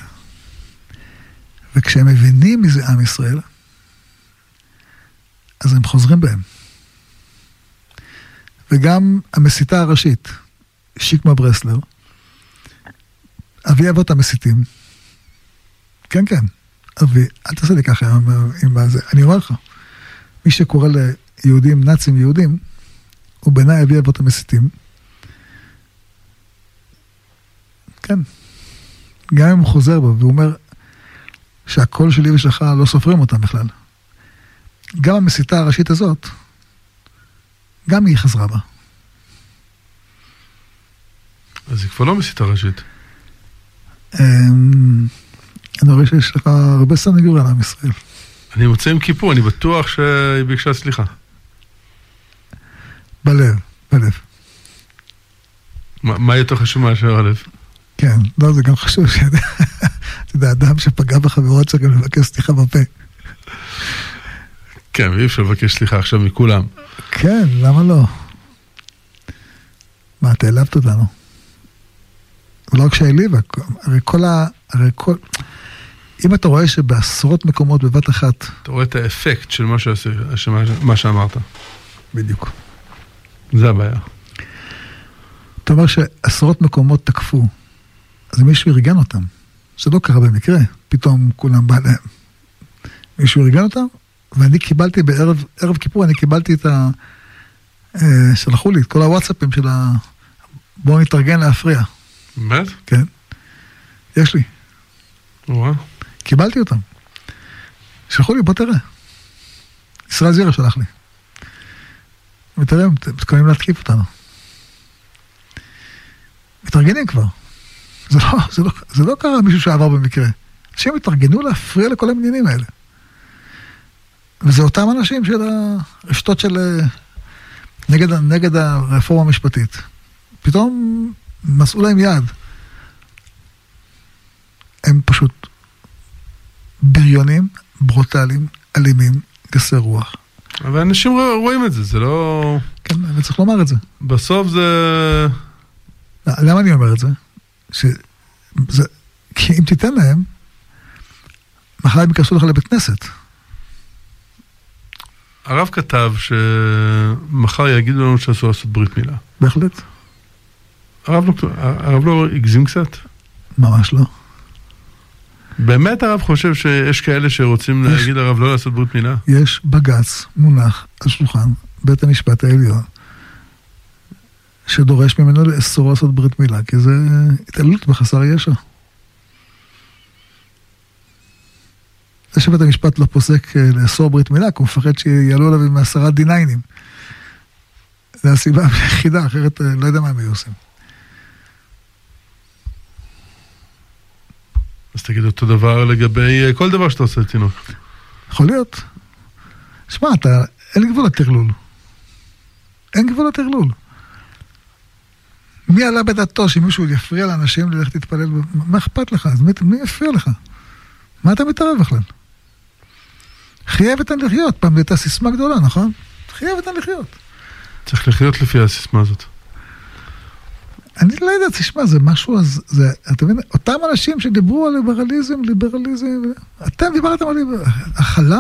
וכשהם מבינים מזה עם ישראל, אז הם חוזרים בהם. וגם המסיתה הראשית, שיקמה ברסלר, אבי אבות המסיתים, כן, כן, אבי, אל תעשה לי ככה עם זה, אני אומר לך, מי שקורא ליהודים, נאצים יהודים, הוא בעיניי אבי אבות המסיתים, כן, גם אם הוא חוזר בו, והוא אומר שהקול שלי ושלך לא סופרים אותם בכלל. גם המסיתה הראשית הזאת, גם היא חזרה בה. אז היא כבר לא מסיתה ראשית. אני רואה שיש לך הרבה סנגוריה לעם ישראל. אני מוצא עם כיפור, אני בטוח שהיא ביקשה סליחה. בלב. מה יותר חשוב מאשר הלב? כן, לא, זה גם חשוב אתה יודע, אדם שפגע בחברות צריך גם לבקש סליחה בפה. כן, ואי אפשר לבקש סליחה עכשיו מכולם. כן, למה לא? מה, אתה העלבת אותנו? ולא רק שהעליבה, הרי כל... אם אתה רואה שבעשרות מקומות בבת אחת... אתה רואה את האפקט של מה שאמרת. בדיוק. זה הבעיה. אתה אומר שעשרות מקומות תקפו, אז מישהו ארגן אותם. זה לא קרה במקרה, פתאום כולם בא להם. מישהו ארגן אותם, ואני קיבלתי בערב כיפור, אני קיבלתי את שלחו לי את כל הוואטסאפים של בואו נתארגן להפריע. באמת? כן. יש לי. וואו. קיבלתי אותם. שלחו לי, בוא תראה. ישראל זירה שלח לי. ותראה, הם מתכוננים להתקיף אותנו. מתארגנים כבר. זה לא קרה מישהו שעבר במקרה. אנשים התארגנו להפריע לכל המניינים האלה. וזה אותם אנשים של הרשתות של נגד הרפורמה המשפטית. פתאום מסעו להם יד. הם פשוט בריונים, ברוטליים, אלימים, גסי רוח. אבל אנשים רואים את זה, זה לא... כן, אבל צריך לומר את זה. בסוף זה... למה אני אומר את זה? כי אם תיתן להם, מחר הם ייכנסו לך לבית כנסת. הרב כתב שמחר יגידו לנו שאסור לעשות ברית מילה. בהחלט. הרב לא הגזים קצת? ממש לא. באמת הרב חושב שיש כאלה שרוצים להגיד לרב לא לעשות ברית מילה? יש בג"ץ מונח על שולחן בית המשפט העליון שדורש ממנו לאסור לעשות ברית מילה, כי זה התעללות בחסר ישע. זה שבית המשפט לא פוסק לאסור ברית מילה, כי הוא מפחד שיעלו עליו עם 10 D9. זה הסיבה היחידה, אחרת לא יודע מה הם היו עושים. אז תגיד אותו דבר לגבי כל דבר שאתה עושה, תינוק. יכול להיות. שמע, אין גבול לטרלול. אין גבול לטרלול. מי עלה בדעתו שמישהו יפריע לאנשים ללכת להתפלל? מה אכפת לך? אז מי יפריע לך? מה אתה מתערב בכלל? חייב אותן לחיות. פעם הייתה סיסמה גדולה, נכון? חייב אותן לחיות. צריך לחיות לפי הסיסמה הזאת. אני לא יודעת, תשמע, זה משהו, אתה מבין, אותם אנשים שדיברו על ליברליזם, אתם דיברתם על הכלה,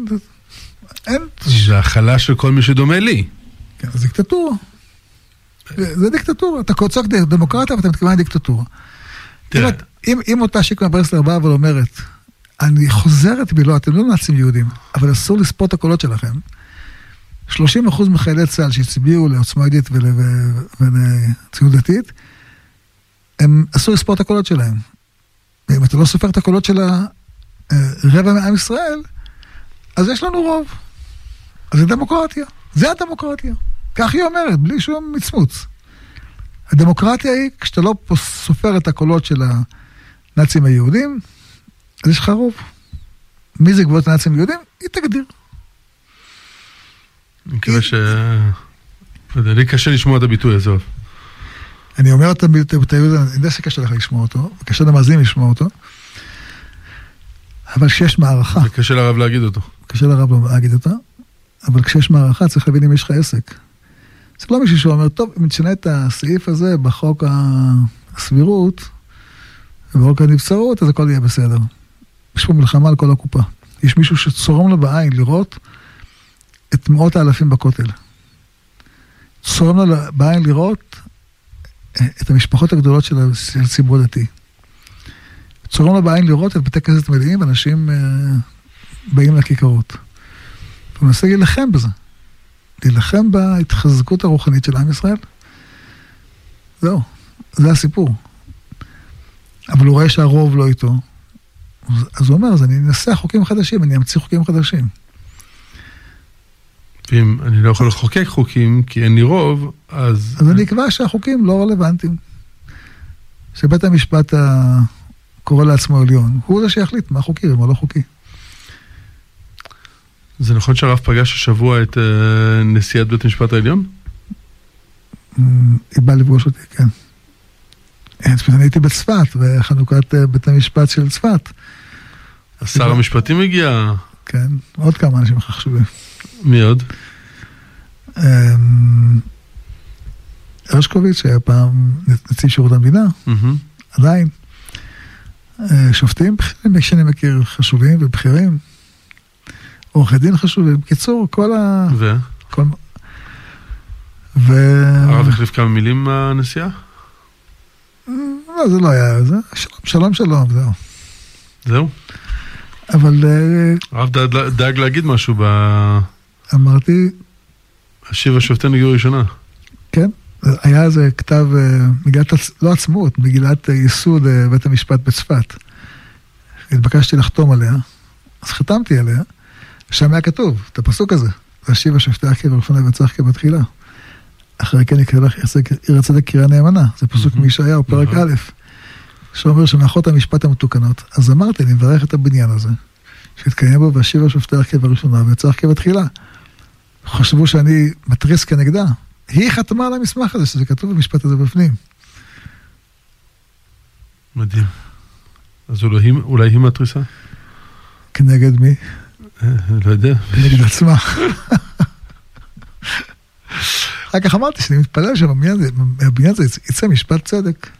זה הכלה של כל מי שדומה לי. כן, זה דיקטטורה. זה דיקטטורה. אתה קוצק דמוקרטיה, ואתה מתכוון לדיקטטורה. אם אותה שיקמה ברסלר באה ואומרת, אני חוזרת בי, לא, אתם לא נאצים יהודים, אבל אסור לספור את הקולות שלכם, 30% מחיילי צה"ל שהצביעו לעוצמה יהודית ולציונות דתית, הם אסור לספור את הקולות שלהם. אם אתה לא סופר את הקולות של הרבע מעם ישראל, אז יש לנו רוב. אז זה דמוקרטיה. זה הדמוקרטיה. כך היא אומרת, בלי שום מצמוץ. הדמוקרטיה היא, כשאתה לא סופר את הקולות של הנאצים היהודים, אז יש לך רוב. מי זה גבולות הנאצים היהודים? היא תגדיר. אני מקווה לי קשה לשמוע את הביטוי הזה. אני אומר את הביטוי, אני יודע שקשה לך לשמוע אותו, וקשה למאזינים לשמוע אותו, אבל כשיש מערכה... זה קשה לרב להגיד אותו. קשה לרב להגיד אותו, אבל כשיש מערכה צריך להבין אם יש לך עסק. זה לא מישהו שאומר, טוב, אם נשנה את הסעיף הזה בחוק הסבירות, ובחוק הנבצרות, אז הכל יהיה בסדר. יש פה מלחמה על כל הקופה. יש מישהו שצורם לו בעין לראות את מאות האלפים בכותל. צורם לו בעין לראות את המשפחות הגדולות של הציבור הדתי. צורם לו בעין לראות את בתי כנסת מלאים, ואנשים באים לכיכרות. הוא מנסה להילחם בזה. להילחם בהתחזקות הרוחנית של עם ישראל. זהו, זה הסיפור. אבל הוא רואה שהרוב לא איתו. אז הוא אומר, אז אני אנסה חוקים חדשים, אני אמציא חוקים חדשים. אם אני לא יכול לחוקק חוקים, כי אין לי רוב, אז אני אקבע שהחוקים לא רלוונטיים. שבית המשפט קורא לעצמו עליון, הוא זה שיחליט מה חוקי ומה לא חוקי. זה נכון שהרב פגש השבוע את נשיאת בית המשפט העליון? היא באה לפגוש אותי, כן. אני הייתי בצפת, בחנוכת בית המשפט של צפת. שר המשפטים הגיע? כן, עוד כמה אנשים חשובים. מי עוד? הרשקוביץ, שהיה פעם נציב שירות המדינה, עדיין. שופטים שאני מכיר חשובים ובכירים. עורכי דין חשובים. בקיצור, כל ה... הרב החליף כמה מילים מהנשיאה? לא, זה לא היה, זה שלום, זהו. זהו? אבל... הרב דאג להגיד משהו אמרתי... השיב השופטים נגיעו ראשונה. כן, היה איזה כתב, לא עצמות, מגילת ייסוד בית המשפט בצפת. התבקשתי לחתום עליה, אז חתמתי עליה, שם היה כתוב, את הפסוק הזה, להשיב השופטי עקב ראשונה וצריך כבתחילה. אחרי כן יקרא לך עיר הצדק קריאה נאמנה, זה פסוק מישעיהו, פרק א', שאומר שמלאכות המשפט המתוקנות. אז אמרתי, אני מברך את הבניין הזה, שהתקיים בו והשיב השופטי עקב הראשונה וצריך כבתחילה. חשבו שאני מטריס כנגדה. היא חתמה על המסמך הזה, שזה כתוב במשפט הזה בפנים. מדהים. אז אולי היא מטריסה? כנגד מי? לא יודע. כנגד עצמה. אחר כך אמרתי שאני מתפלל שהבניין הזה יצא משפט צדק.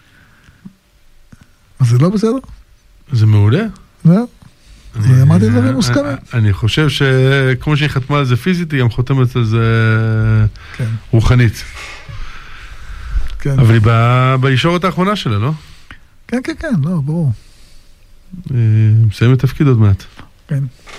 אז זה לא בסדר? זה מעולה? לא. אני אמרתי דברים מוסכמים. אני חושב שכמו שהיא חתמה על זה פיזית, היא גם חותמת על זה רוחנית. אבל היא בישורת האחרונה שלה, לא? כן, לא, ברור. מסיים את תפקיד עוד מעט. כן.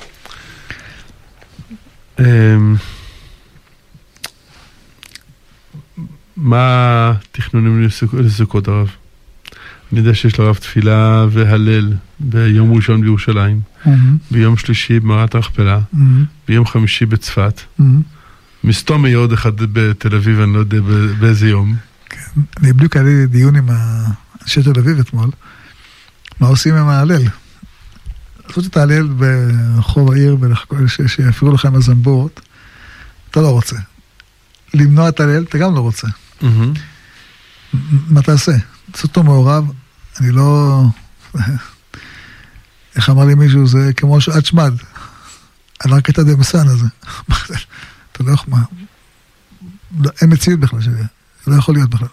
מה תכנונים לסוכות הרב? אני יודע שיש לרב תפילה והלל ביום ראשון בירושלים, ביום שלישי במערת המכפלה, ביום חמישי בצפת. מסתום יהיה עוד אחד בתל אביב, אני לא יודע באיזה יום. כן, אני בדיוק היה לי דיון עם אנשי תל אביב אתמול, מה עושים עם ההלל? לעשות את ההלל ברחוב העיר שיפריעו לך עם הזמבורות, אתה לא רוצה. למנוע את ההלל, אתה גם לא רוצה. מה תעשה? לעשות אותו מעורב, אני לא... איך אמר לי מישהו, זה כמו שעת שמד. על הרקטה דמסן הזה. אתה לא יכול... אין מציאות בכלל שזה. זה לא יכול להיות בכלל.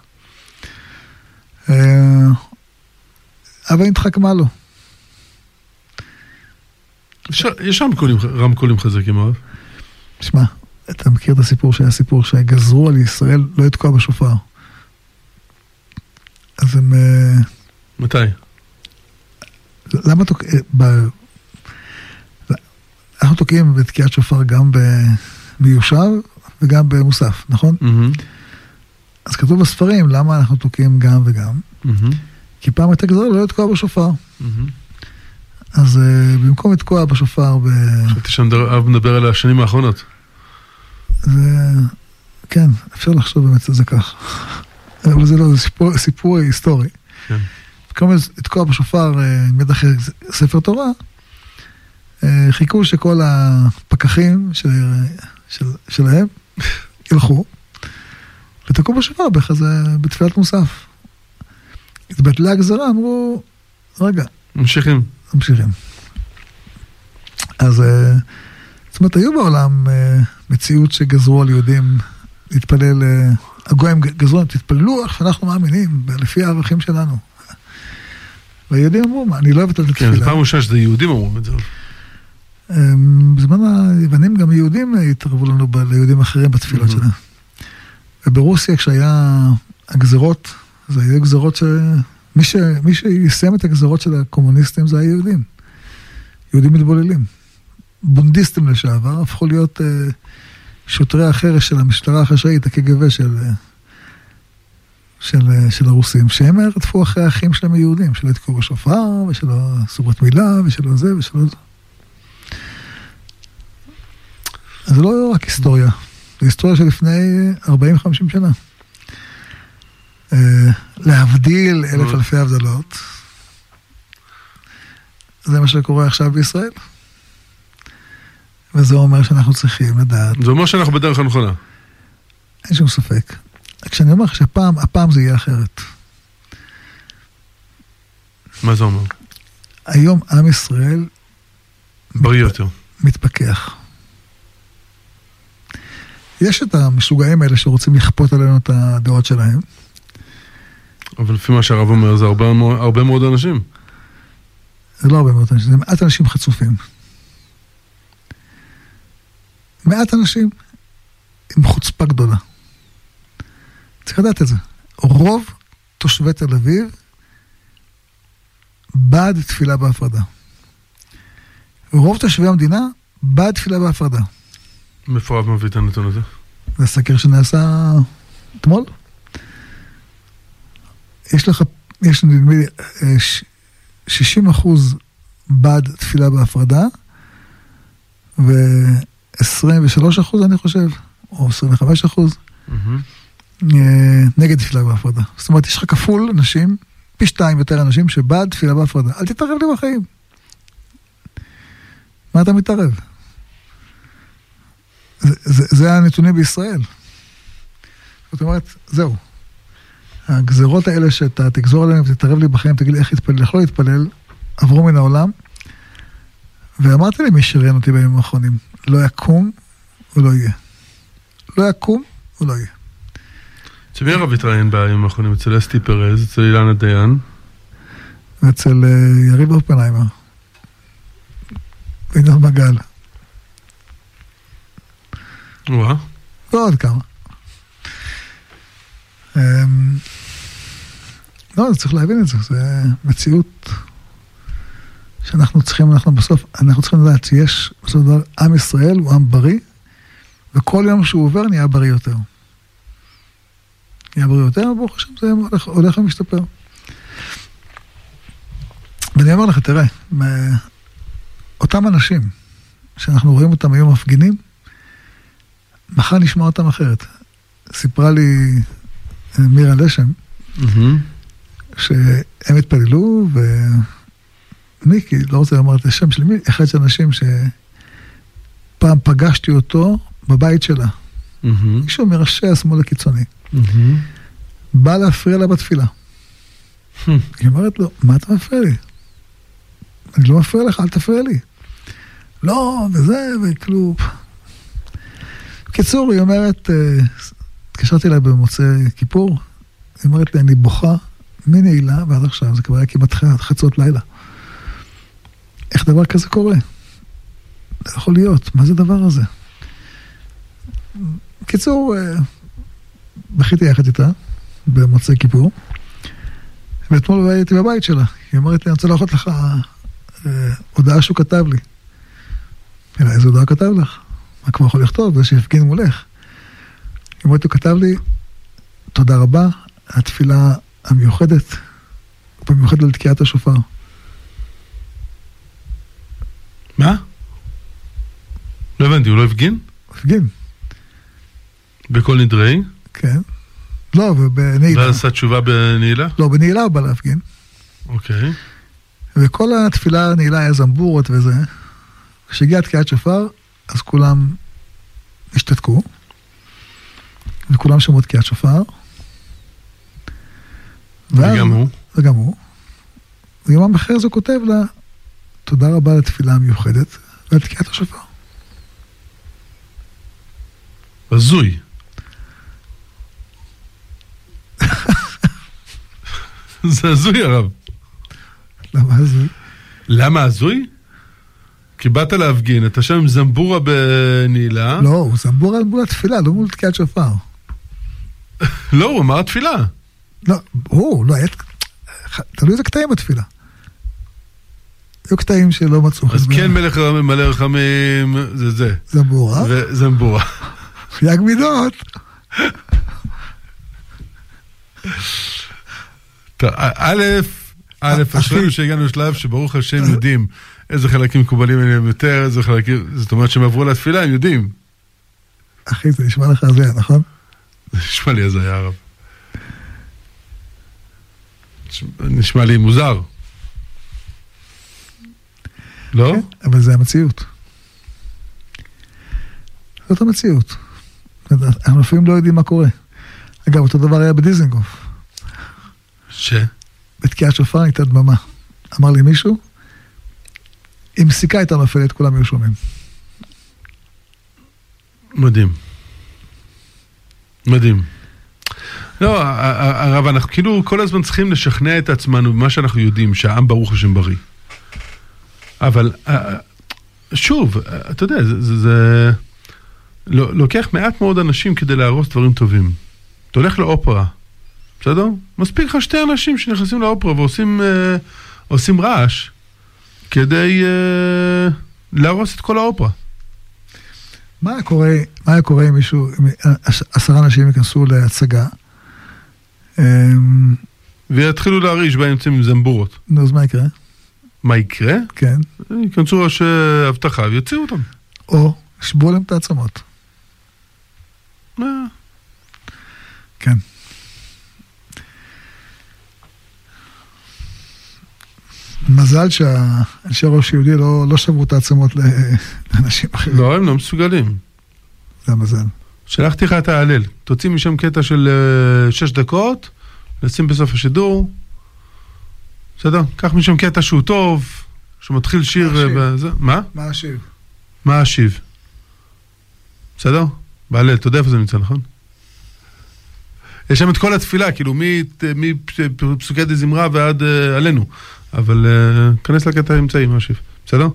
אבל נתחכמה לו. יש רמקולים חזקים, הרב? תשמע, אתה מכיר את הסיפור שהיה סיפור שגזרו על ישראל לא לתקוע בשופר. אז הם... מתי? למה אנחנו תוקעים בתקיעת שופר גם ביושב וגם במוסף, נכון? אז כתוב בספרים למה אנחנו תוקעים גם וגם. כי פעם הייתה גזרה לא לתקוע בשופר. אז במקום לתקוע בשופר חשבתי שהרב מדבר על השנים האחרונות. כן, אפשר לחשוב באמת שזה כך. אבל זה לא, זה סיפור היסטורי. כן. במקום לתקוע בשופר מיד אחרי ספר תורה, חיכו שכל הפקחים שלהם ילכו, ותקעו בשופר בתפילת מוסף. התבטלה הגזרה, אמרו, רגע. ממשיכים. אז, זאת אומרת, היו בעולם מציאות שגזרו על יהודים להתפלל, הגויים גזרו, תתפללו איך שאנחנו מאמינים, לפי הערכים שלנו. והיהודים אמרו, אני לא אוהבת את התפילה. כן, זה פעם ראשונה שזה יהודים אמרו את זה. בזמן היוונים גם יהודים התערבו לנו ליהודים אחרים בתפילות שלהם. וברוסיה כשהיה הגזרות, זה היו גזרות מי שיסיים את הגזרות של הקומוניסטים זה היהודים. יהודים מתבוללים. בונדיסטים לשעבר, הפכו להיות שוטרי החרש של המשטרה החשאית, הקג"ב של הרוסים, שהם רדפו אחרי האחים שלהם היהודים, שלא יתקעו בשופר, ושלא סוגרת מילה, ושלא זה, ושלא זה. אז זה לא רק היסטוריה, זה היסטוריה של לפני 40-50 שנה. להבדיל 1000 אלפי הבדלות, זה מה שקורה עכשיו בישראל. וזה אומר שאנחנו צריכים לדעת. זה אומר שאנחנו בדרך הנכונה. אין שום ספק. כשאני אומר שהפעם זה יהיה אחרת. מה זה אומר? היום עם ישראל בריא יותר. מתפכח. יש את המשוגעים האלה שרוצים לכפות עלינו את הדעות שלהם. אבל לפי מה שהרב אומר, זה הרבה מאוד אנשים. זה לא הרבה מאוד אנשים, זה מעט אנשים חצופים. מעט אנשים עם חוצפה גדולה. צריך לדעת את זה. רוב תושבי תל אביב בעד תפילה בהפרדה. רוב תושבי המדינה בעד תפילה בהפרדה. מאיפה רב מביא את הנתון הזה? זה סקר שנעשה אתמול. יש נדמה לי 60% בעד תפילה בהפרדה, ו23% אני חושב, או 25%, נגד תפילה בהפרדה. זאת אומרת, יש לך כפול אנשים, פי 2 יותר אנשים שבעד תפילה בהפרדה. אל תתערב לי בחיים. מה אתה מתערב? זה הנתונים בישראל. זאת אומרת, זהו. הגזרות האלה שאתה תגזור עליהם ותתערב לי בחיים, תגיד לי איך להתפלל, איך לא להתפלל, עברו מן העולם, ואמרתי לי מי שראיין אותי בימים האחרונים, לא יקום ולא יהיה. לא יקום ולא יהיה. אצל מי הרב התראיין בימים האחרונים? אצל אסתי פרז, אצל אילנה דיין? ואצל יריב אופנהיימר. וינון מגל. וואה. ועוד כמה. לא, צריך להבין את זה, זה מציאות שאנחנו צריכים, אנחנו צריכים לדעת שיש, בסופו של דבר, עם ישראל הוא עם בריא, וכל יום שהוא עובר נהיה בריא יותר. נהיה בריא יותר, ברוך השם, זה הולך ומשתפר. ואני אומר לך, תראה, אותם אנשים שאנחנו רואים אותם היום מפגינים, מחר נשמע אותם אחרת. סיפרה לי מירה לשם, שהם התפללו, ומיקי, לא רוצה לומר את השם של מי, אחד של אנשים שפעם פגשתי אותו בבית שלה. מישהו מראשי השמאל הקיצוני. בא להפריע לה בתפילה. היא אומרת לו, מה אתה מפריע לי? אני לא מפריע לך, אל תפריע לי. לא, וזה, וכלום. בקיצור, היא אומרת, התקשרתי אליי במוצאי כיפור, היא אומרת לי, אני בוכה מנעילה ועד עכשיו, זה כבר היה כמעט חצות לילה. איך דבר כזה קורה? זה יכול להיות, מה זה דבר הזה? בקיצור, בכיתי יחד איתה, במוצאי כיפור, ואתמול הייתי בבית שלה, היא אומרת לי, אני רוצה להראות לך הודעה שהוא כתב לי. איזה הודעה כתב לך? מה כבר יכול לכתוב? זה שהפגין מולך. היא אומרת, הוא כתב לי, תודה רבה, התפילה המיוחדת, במיוחד לתקיעת השופר. מה? לא הבנתי, הוא לא הפגין? הוא הפגין. בכל נדרי? כן. לא, ובנעילה. ואז עשה תשובה בנעילה? לא, בנעילה הוא בא להפגין. אוקיי. וכל התפילה הנעילה היה זמבורות וזה. כשהגיע תקיעת שופר, אז כולם השתתקו, וכולם שמעו תקיעת שופר. וגם הוא? וגם הוא. ויומם אחר זה כותב לה, תודה רבה לתפילה המיוחדת, ולתקיעת השופר. הזוי. זה הזוי הרב. למה הזוי? למה הזוי? כי באת להפגין, אתה שם עם זמבורה בנעילה. לא, הוא זמבורה מול התפילה, לא מול תקיעת שופר. לא, הוא אמר התפילה. לא, לא, תלוי איזה קטעים בתפילה. היו קטעים שלא מצאו. אז כן מלך מלא רחמים, זה. זמבורה. וזמבורה. יג מידות. טוב, אשרינו שהגענו לשלב שברוך השם יודעים איזה חלקים מקובלים עליהם יותר, איזה חלקים, זאת אומרת שהם עברו לתפילה, הם יודעים. אחי, זה נשמע לך הזיה, נכון? זה נשמע לי הזיה, הרב. נשמע לי מוזר. לא? כן, אבל זה המציאות. זאת המציאות. אנחנו לפעמים לא יודעים מה קורה. אגב, אותו דבר היה בדיזנגוף. בתקיעת שופר הייתה דממה. אמר לי מישהו, אם סיכה הייתה נופלת, כולם היו שומעים. מדהים. מדהים. לא, הרב, אנחנו כאילו כל הזמן צריכים לשכנע את עצמנו במה שאנחנו יודעים, שהעם ברוך השם בריא. אבל, שוב, אתה יודע, זה לוקח מעט מאוד אנשים כדי להרוס דברים טובים. אתה הולך לאופרה, בסדר? מספיק לך 2 אנשים שנכנסים לאופרה ועושים רעש כדי להרוס את כל האופרה. מה היה קורה אם מישהו, 10 אנשים ייכנסו להצגה? ויתחילו להרעיש באמצע עם זמבורות. נו, אז מה יקרה? מה יקרה? כן. ייכנסו ראש הבטחה ויוציאו אותם. או, שבו להם את העצמות. כן. מזל שהאנשי ראש יהודי לא שברו את העצמות לאנשים אחרים. לא, הם לא מסוגלים. זה המזל. שלחתי לך את ההלל. תוציא משם קטע של 6 דקות, נשים בסוף השידור. בסדר? קח משם קטע שהוא טוב, שמתחיל שיר... מה? מה השיב? מה השיב? בסדר? בהלל, אתה יודע איפה זה נמצא, נכון? יש שם את כל התפילה, כאילו, מפסוקי דזמרה ועד עלינו. אבל כנס לקטע האמצעי, מה השיב. בסדר?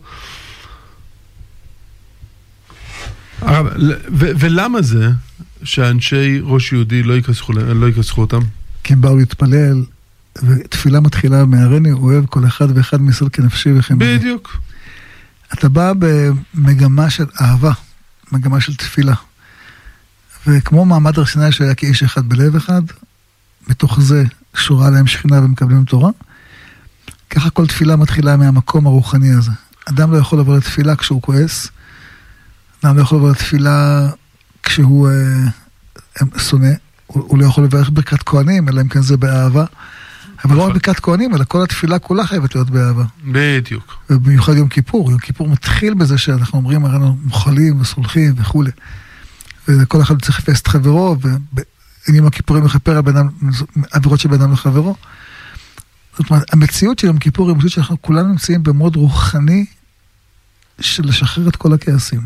ולמה זה שאנשי ראש יהודי לא יקסחו אותם? כי הם באו להתפלל, ותפילה מתחילה מהרני, אוהב כל אחד ואחד מישראל כנפשי וכן. בדיוק. אתה בא במגמה של אהבה, מגמה של תפילה. וכמו מעמד הר סיני שהיה כאיש אחד בלב אחד, בתוך זה שורה להם שכינה ומקבלים תורה, ככה כל תפילה מתחילה מהמקום הרוחני הזה. אדם לא יכול לבוא לתפילה כשהוא כועס, אדם לא יכול לבוא לתפילה כשהוא שונא, הוא לא יכול לברך ברכת כהנים, אלא אם כן זה באהבה, אבל לא רק ברכת כהנים, אלא כל התפילה כולה חייבת להיות באהבה. בדיוק. ובמיוחד יום כיפור, יום כיפור מתחיל בזה שאנחנו אומרים, הרי אנחנו מוחלים וסולחים וכו'. וכל אחד צריך לפס את חברו, ועניינים הכיפורים לכפר עבירות של בן אדם לחברו. זאת אומרת, המציאות של יום כיפור היא מציאות שאנחנו כולנו נמצאים במוד רוחני של לשחרר את כל הכעסים.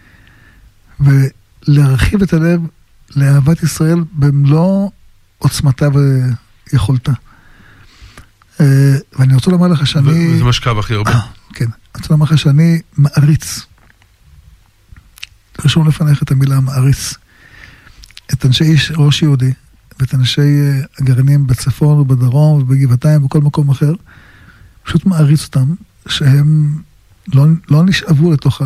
ולהרחיב את הלב לאהבת ישראל במלוא עוצמתה ויכולתה. ואני רוצה לומר לך שאני... וזה משקב הכי הרבה. כן. אני רוצה לומר לך שאני מעריץ. רשום לפניך את המילה מעריץ. את אנשי ראש יהודי, ואת אנשי הגרעינים בצפון ובדרום ובגבעתיים ובכל מקום אחר, פשוט מעריץ אותם, שהם לא נשאבו לתוך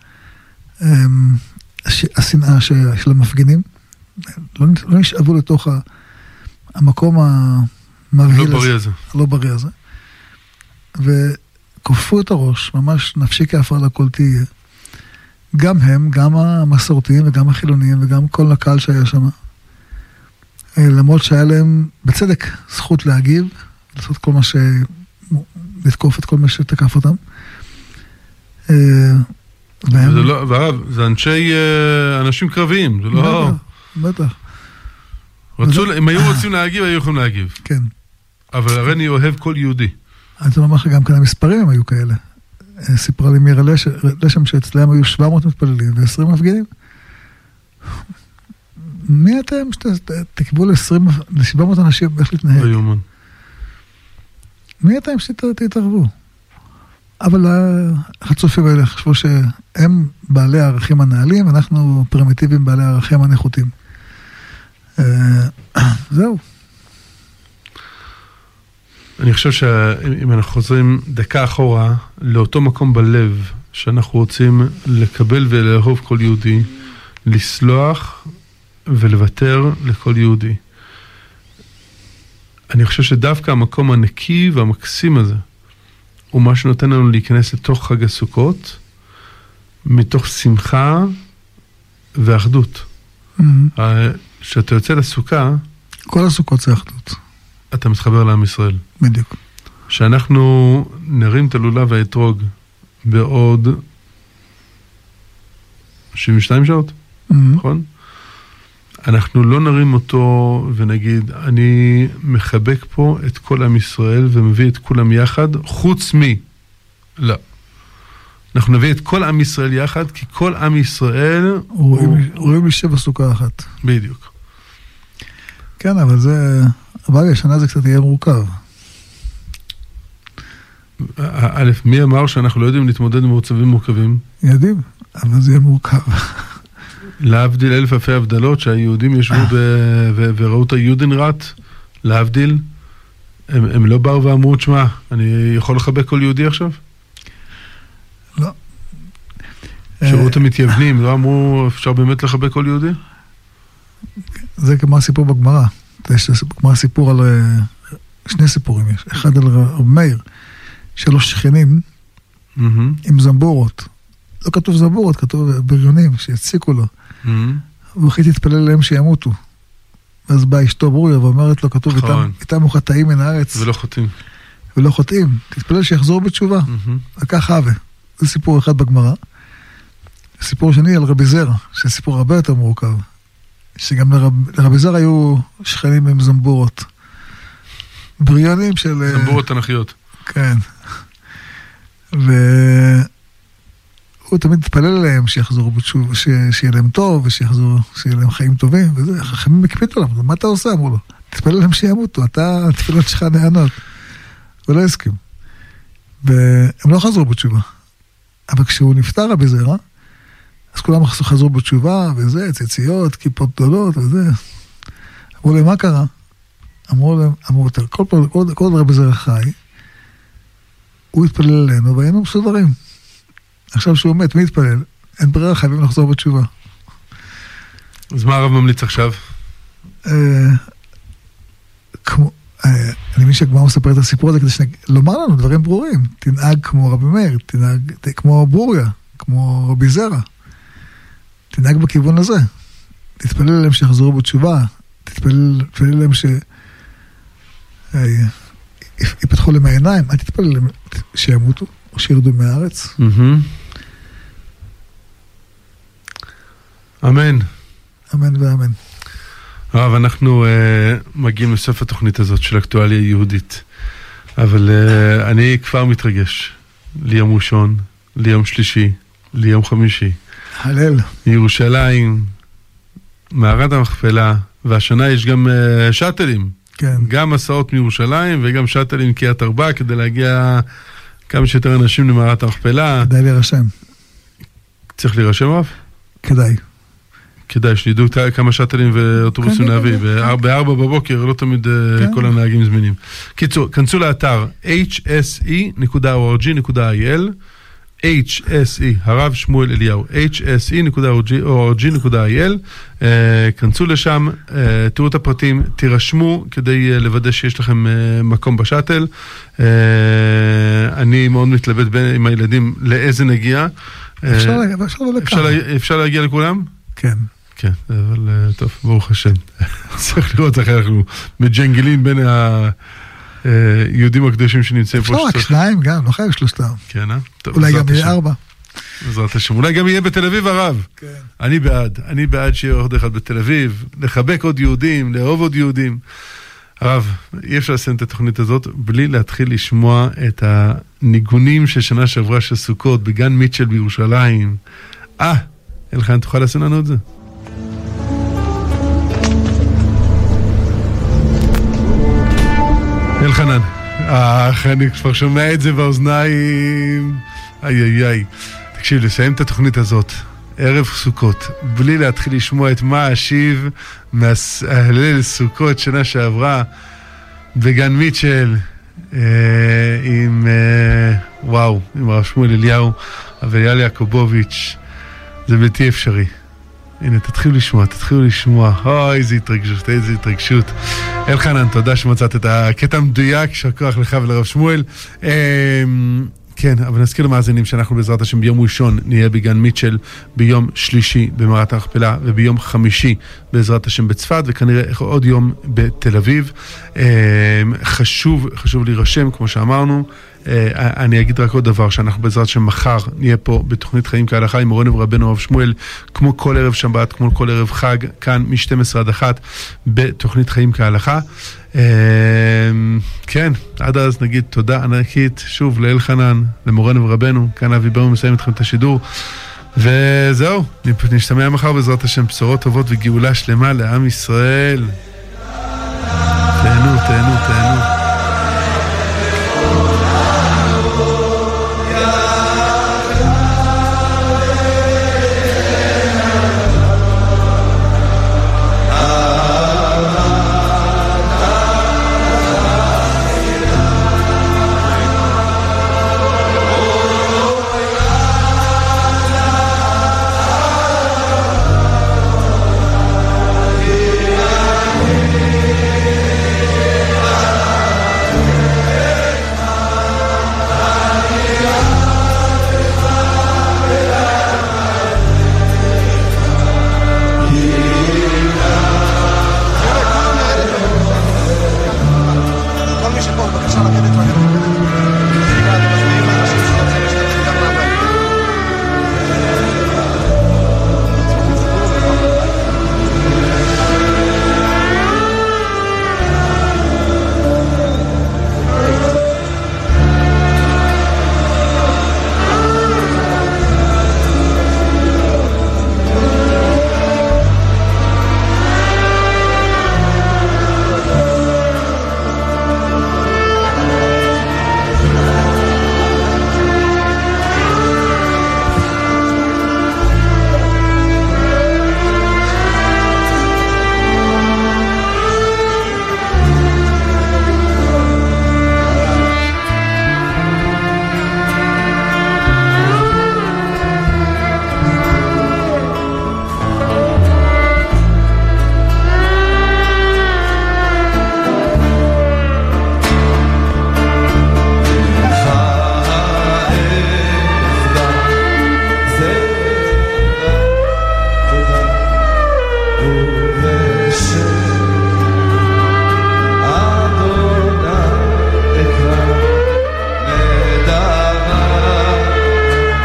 השנאה של המפגינים, לא נשאבו לתוך המקום המבהיל הזה, הלא בריא הזה, וכופפו את הראש, ממש נפשי כעפר לכל תהיה. גם הם, גם המסורתיים וגם החילוניים וגם כל הקהל שהיה שם, למרות שהיה להם בצדק זכות להגיב, לעשות כל מה לתקוף את כל מה שתקף אותם. זה אנשים קרביים, זה לא... בטח. אם היו רוצים להגיב, היו יכולים להגיב. כן. אבל הרי אני אוהב כל יהודי. אני רוצה לומר לך גם כאן המספרים הם היו כאלה. סיפרה לי מירה לשם שאצלם היו 700 מתפללים ו20 מפגינים. מי אתם שתקבעו ל700 אנשים איך להתנהג? ביומן. מי אתם שתתערבו? אבל החצופים האלה חשבו שהם בעלי הערכים הנעלים, אנחנו פרימיטיביים בעלי הערכים הנחותים. זהו. אני חושב שאם אנחנו חוזרים דקה אחורה, לאותו מקום בלב, שאנחנו רוצים לקבל ולאהוב כל יהודי, לסלוח ולוותר לכל יהודי. אני חושב שדווקא המקום הנקי והמקסים הזה, הוא מה שנותן לנו להיכנס לתוך חג הסוכות, מתוך שמחה ואחדות. כשאתה יוצא לסוכה, כל הסוכות זה אחדות. אתה מתחבר לעם ישראל. בדיוק. שאנחנו נרים את הלולב והאתרוג בעוד 72 שעות, נכון? אנחנו לא נרים אותו ונגיד, אני מחבק פה את כל עם ישראל ומביא את כולם יחד, חוץ מי. לא. אנחנו נביא את כל עם ישראל יחד, כי כל עם ישראל רואים לשב בסוכה אחת. בדיוק. כן, אבל זה, אבל השנה זה קצת יהיה מורכב. א', מי אמר שאנחנו לא יודעים להתמודד עם מצבים מורכבים? יודעים, אבל זה יהיה מורכב. להבדיל אלף אלפי הבדלות, שהיהודים ישבו וראו את היודנראט, להבדיל, הם לא באו ואמרו, תשמע, אני יכול לחבק כל יהודי עכשיו? לא. שראו את המתייוונים, לא אמרו, אפשר באמת לחבק כל יהודי? זה כמו הסיפור בגמרא. יש כמו הסיפור על, שני סיפורים יש. אחד על רב מאיר, 3 שכנים עם זמבורות. לא כתוב זמבורות, כתוב בריונים שיציקו לו. והוא הכי תתפלל להם שימותו. ואז באה אשתו ברוריה ואומרת לו, כתוב איתם הוא חטאים מן הארץ. ולא חוטאים. תתפלל שיחזור בתשובה. וכך אהבה. זה סיפור אחד בגמרא. סיפור שני על רבי זרע, שזה סיפור הרבה יותר מורכב. שגם לרבי זרע היו שכנים עם זמבורות. בריונים של... זמבורות תנכיות. כן. הוא תמיד התפלל עליהם שיחזרו בתשובה, שיהיה להם טוב, שיהיה להם חיים טובים, וזה, החכמים הקפידו עליו, מה אתה עושה? אמרו לו, תתפלל עליהם שימותו, אתה, התפילות שלך נענות. ולא הסכים. והם לא חזרו בתשובה. אבל כשהוא נפטר רבי זרע, אז כולם חזרו בתשובה, וזה, ציציות, כיפות גדולות, וזה. אמרו להם, מה קרה? אמרו להם, כל רבי זרע חי, הוא התפלל עלינו, והיינו מסודרים. עכשיו שהוא מת, מי יתפלל? אין ברירה, חייבים לחזור בתשובה. אז מה הרב ממליץ עכשיו? אני מבין שגמרא מספר את הסיפור הזה, כדי לומר לנו דברים ברורים. תנהג כמו רבי מאיר, תנהג כמו ברוריה, כמו רבי זרע. תנהג בכיוון הזה. תתפלל עליהם שיחזרו בתשובה, תתפלל עליהם שיפתחו להם העיניים, אל תתפלל עליהם שימותו. או שירדו מהארץ. אמן. אמן ואמן. הרב, אנחנו מגיעים לסוף התוכנית הזאת של אקטואליה יהודית. אבל אני כבר מתרגש. ליום ראשון, ליום שלישי, ליום חמישי. הלל. ירושלים, מערת המכפלה, והשנה יש גם שטלים. כן. גם מסעות מירושלים וגם שטלים קריית ארבע, כדי להגיע... כמה שיותר אנשים למערת המכפלה. כדאי להירשם. צריך להירשם רב? כדאי. כדאי, שנידעו כמה שטלים ואוטובוסים להביא. ב-4 בבוקר לא תמיד כל הנהגים זמינים. קיצור, כנסו לאתר hse.org.il HSE, הרב שמואל אליהו, hse.org.il, כנסו לשם, תראו את הפרטים, תירשמו כדי לוודא שיש לכם מקום בשטל. אני מאוד מתלבט עם הילדים לאיזה נגיע. אפשר להגיע לכולם? כן. כן, אבל טוב, ברוך השם. צריך לראות איך אנחנו מג'נגלים בין היהודים הקדושים שנמצאים פה. אפשר רק 2 גם, לא חייב 3. כן, אולי גם יהיה 4. בעזרת השם. אולי גם יהיה בתל אביב הרב. כן. אני בעד שיהיה עוד אחד בתל אביב, לחבק עוד יהודים, לאהוב עוד יהודים. הרב, אי אפשר לסיים את התוכנית הזאת בלי להתחיל לשמוע את הניגונים של שנה שעברה של סוכות בגן מיטשל בירושלים. אלחנן, תוכל לעשות לנו את זה? אלחנן, אני כבר שומע את זה באוזניים. איי. תקשיב, לסיים את התוכנית הזאת, ערב סוכות, בלי להתחיל לשמוע את מה אשיב מההלל סוכות שנה שעברה, בגן מיטשל, עם הרב שמואל אליהו, אביאל יעקובוביץ', זה בלתי אפשרי. הנה, תתחילו לשמוע. איזה התרגשות. אלחנן, תודה שמצאת את הקטע המדויק, שכוח לך ולרב שמואל. כן, אבל נזכיר למאזינים שאנחנו בעזרת השם ביום ראשון נהיה בגן מיטשל, ביום שלישי במערת המכפלה, וביום חמישי בעזרת השם בצפת, וכנראה עוד יום בתל אביב. חשוב להירשם, כמו שאמרנו. אני אגיד רק עוד דבר, שאנחנו בעזרת השם מחר נהיה פה בתוכנית חיים כהלכה עם מורנו ורבנו הרב שמואל, כמו כל ערב שבת, כמו כל ערב חג, כאן מ-12 עד 1 בתוכנית חיים כהלכה. כן, עד אז נגיד תודה ענקית שוב לאלחנן, למורנו ורבנו, כאן אבי ברמן מסיים אתכם את השידור, וזהו, נשתמע מחר בעזרת השם, בשורות טובות וגאולה שלמה לעם ישראל. תהנו.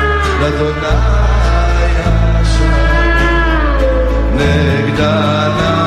נגדנה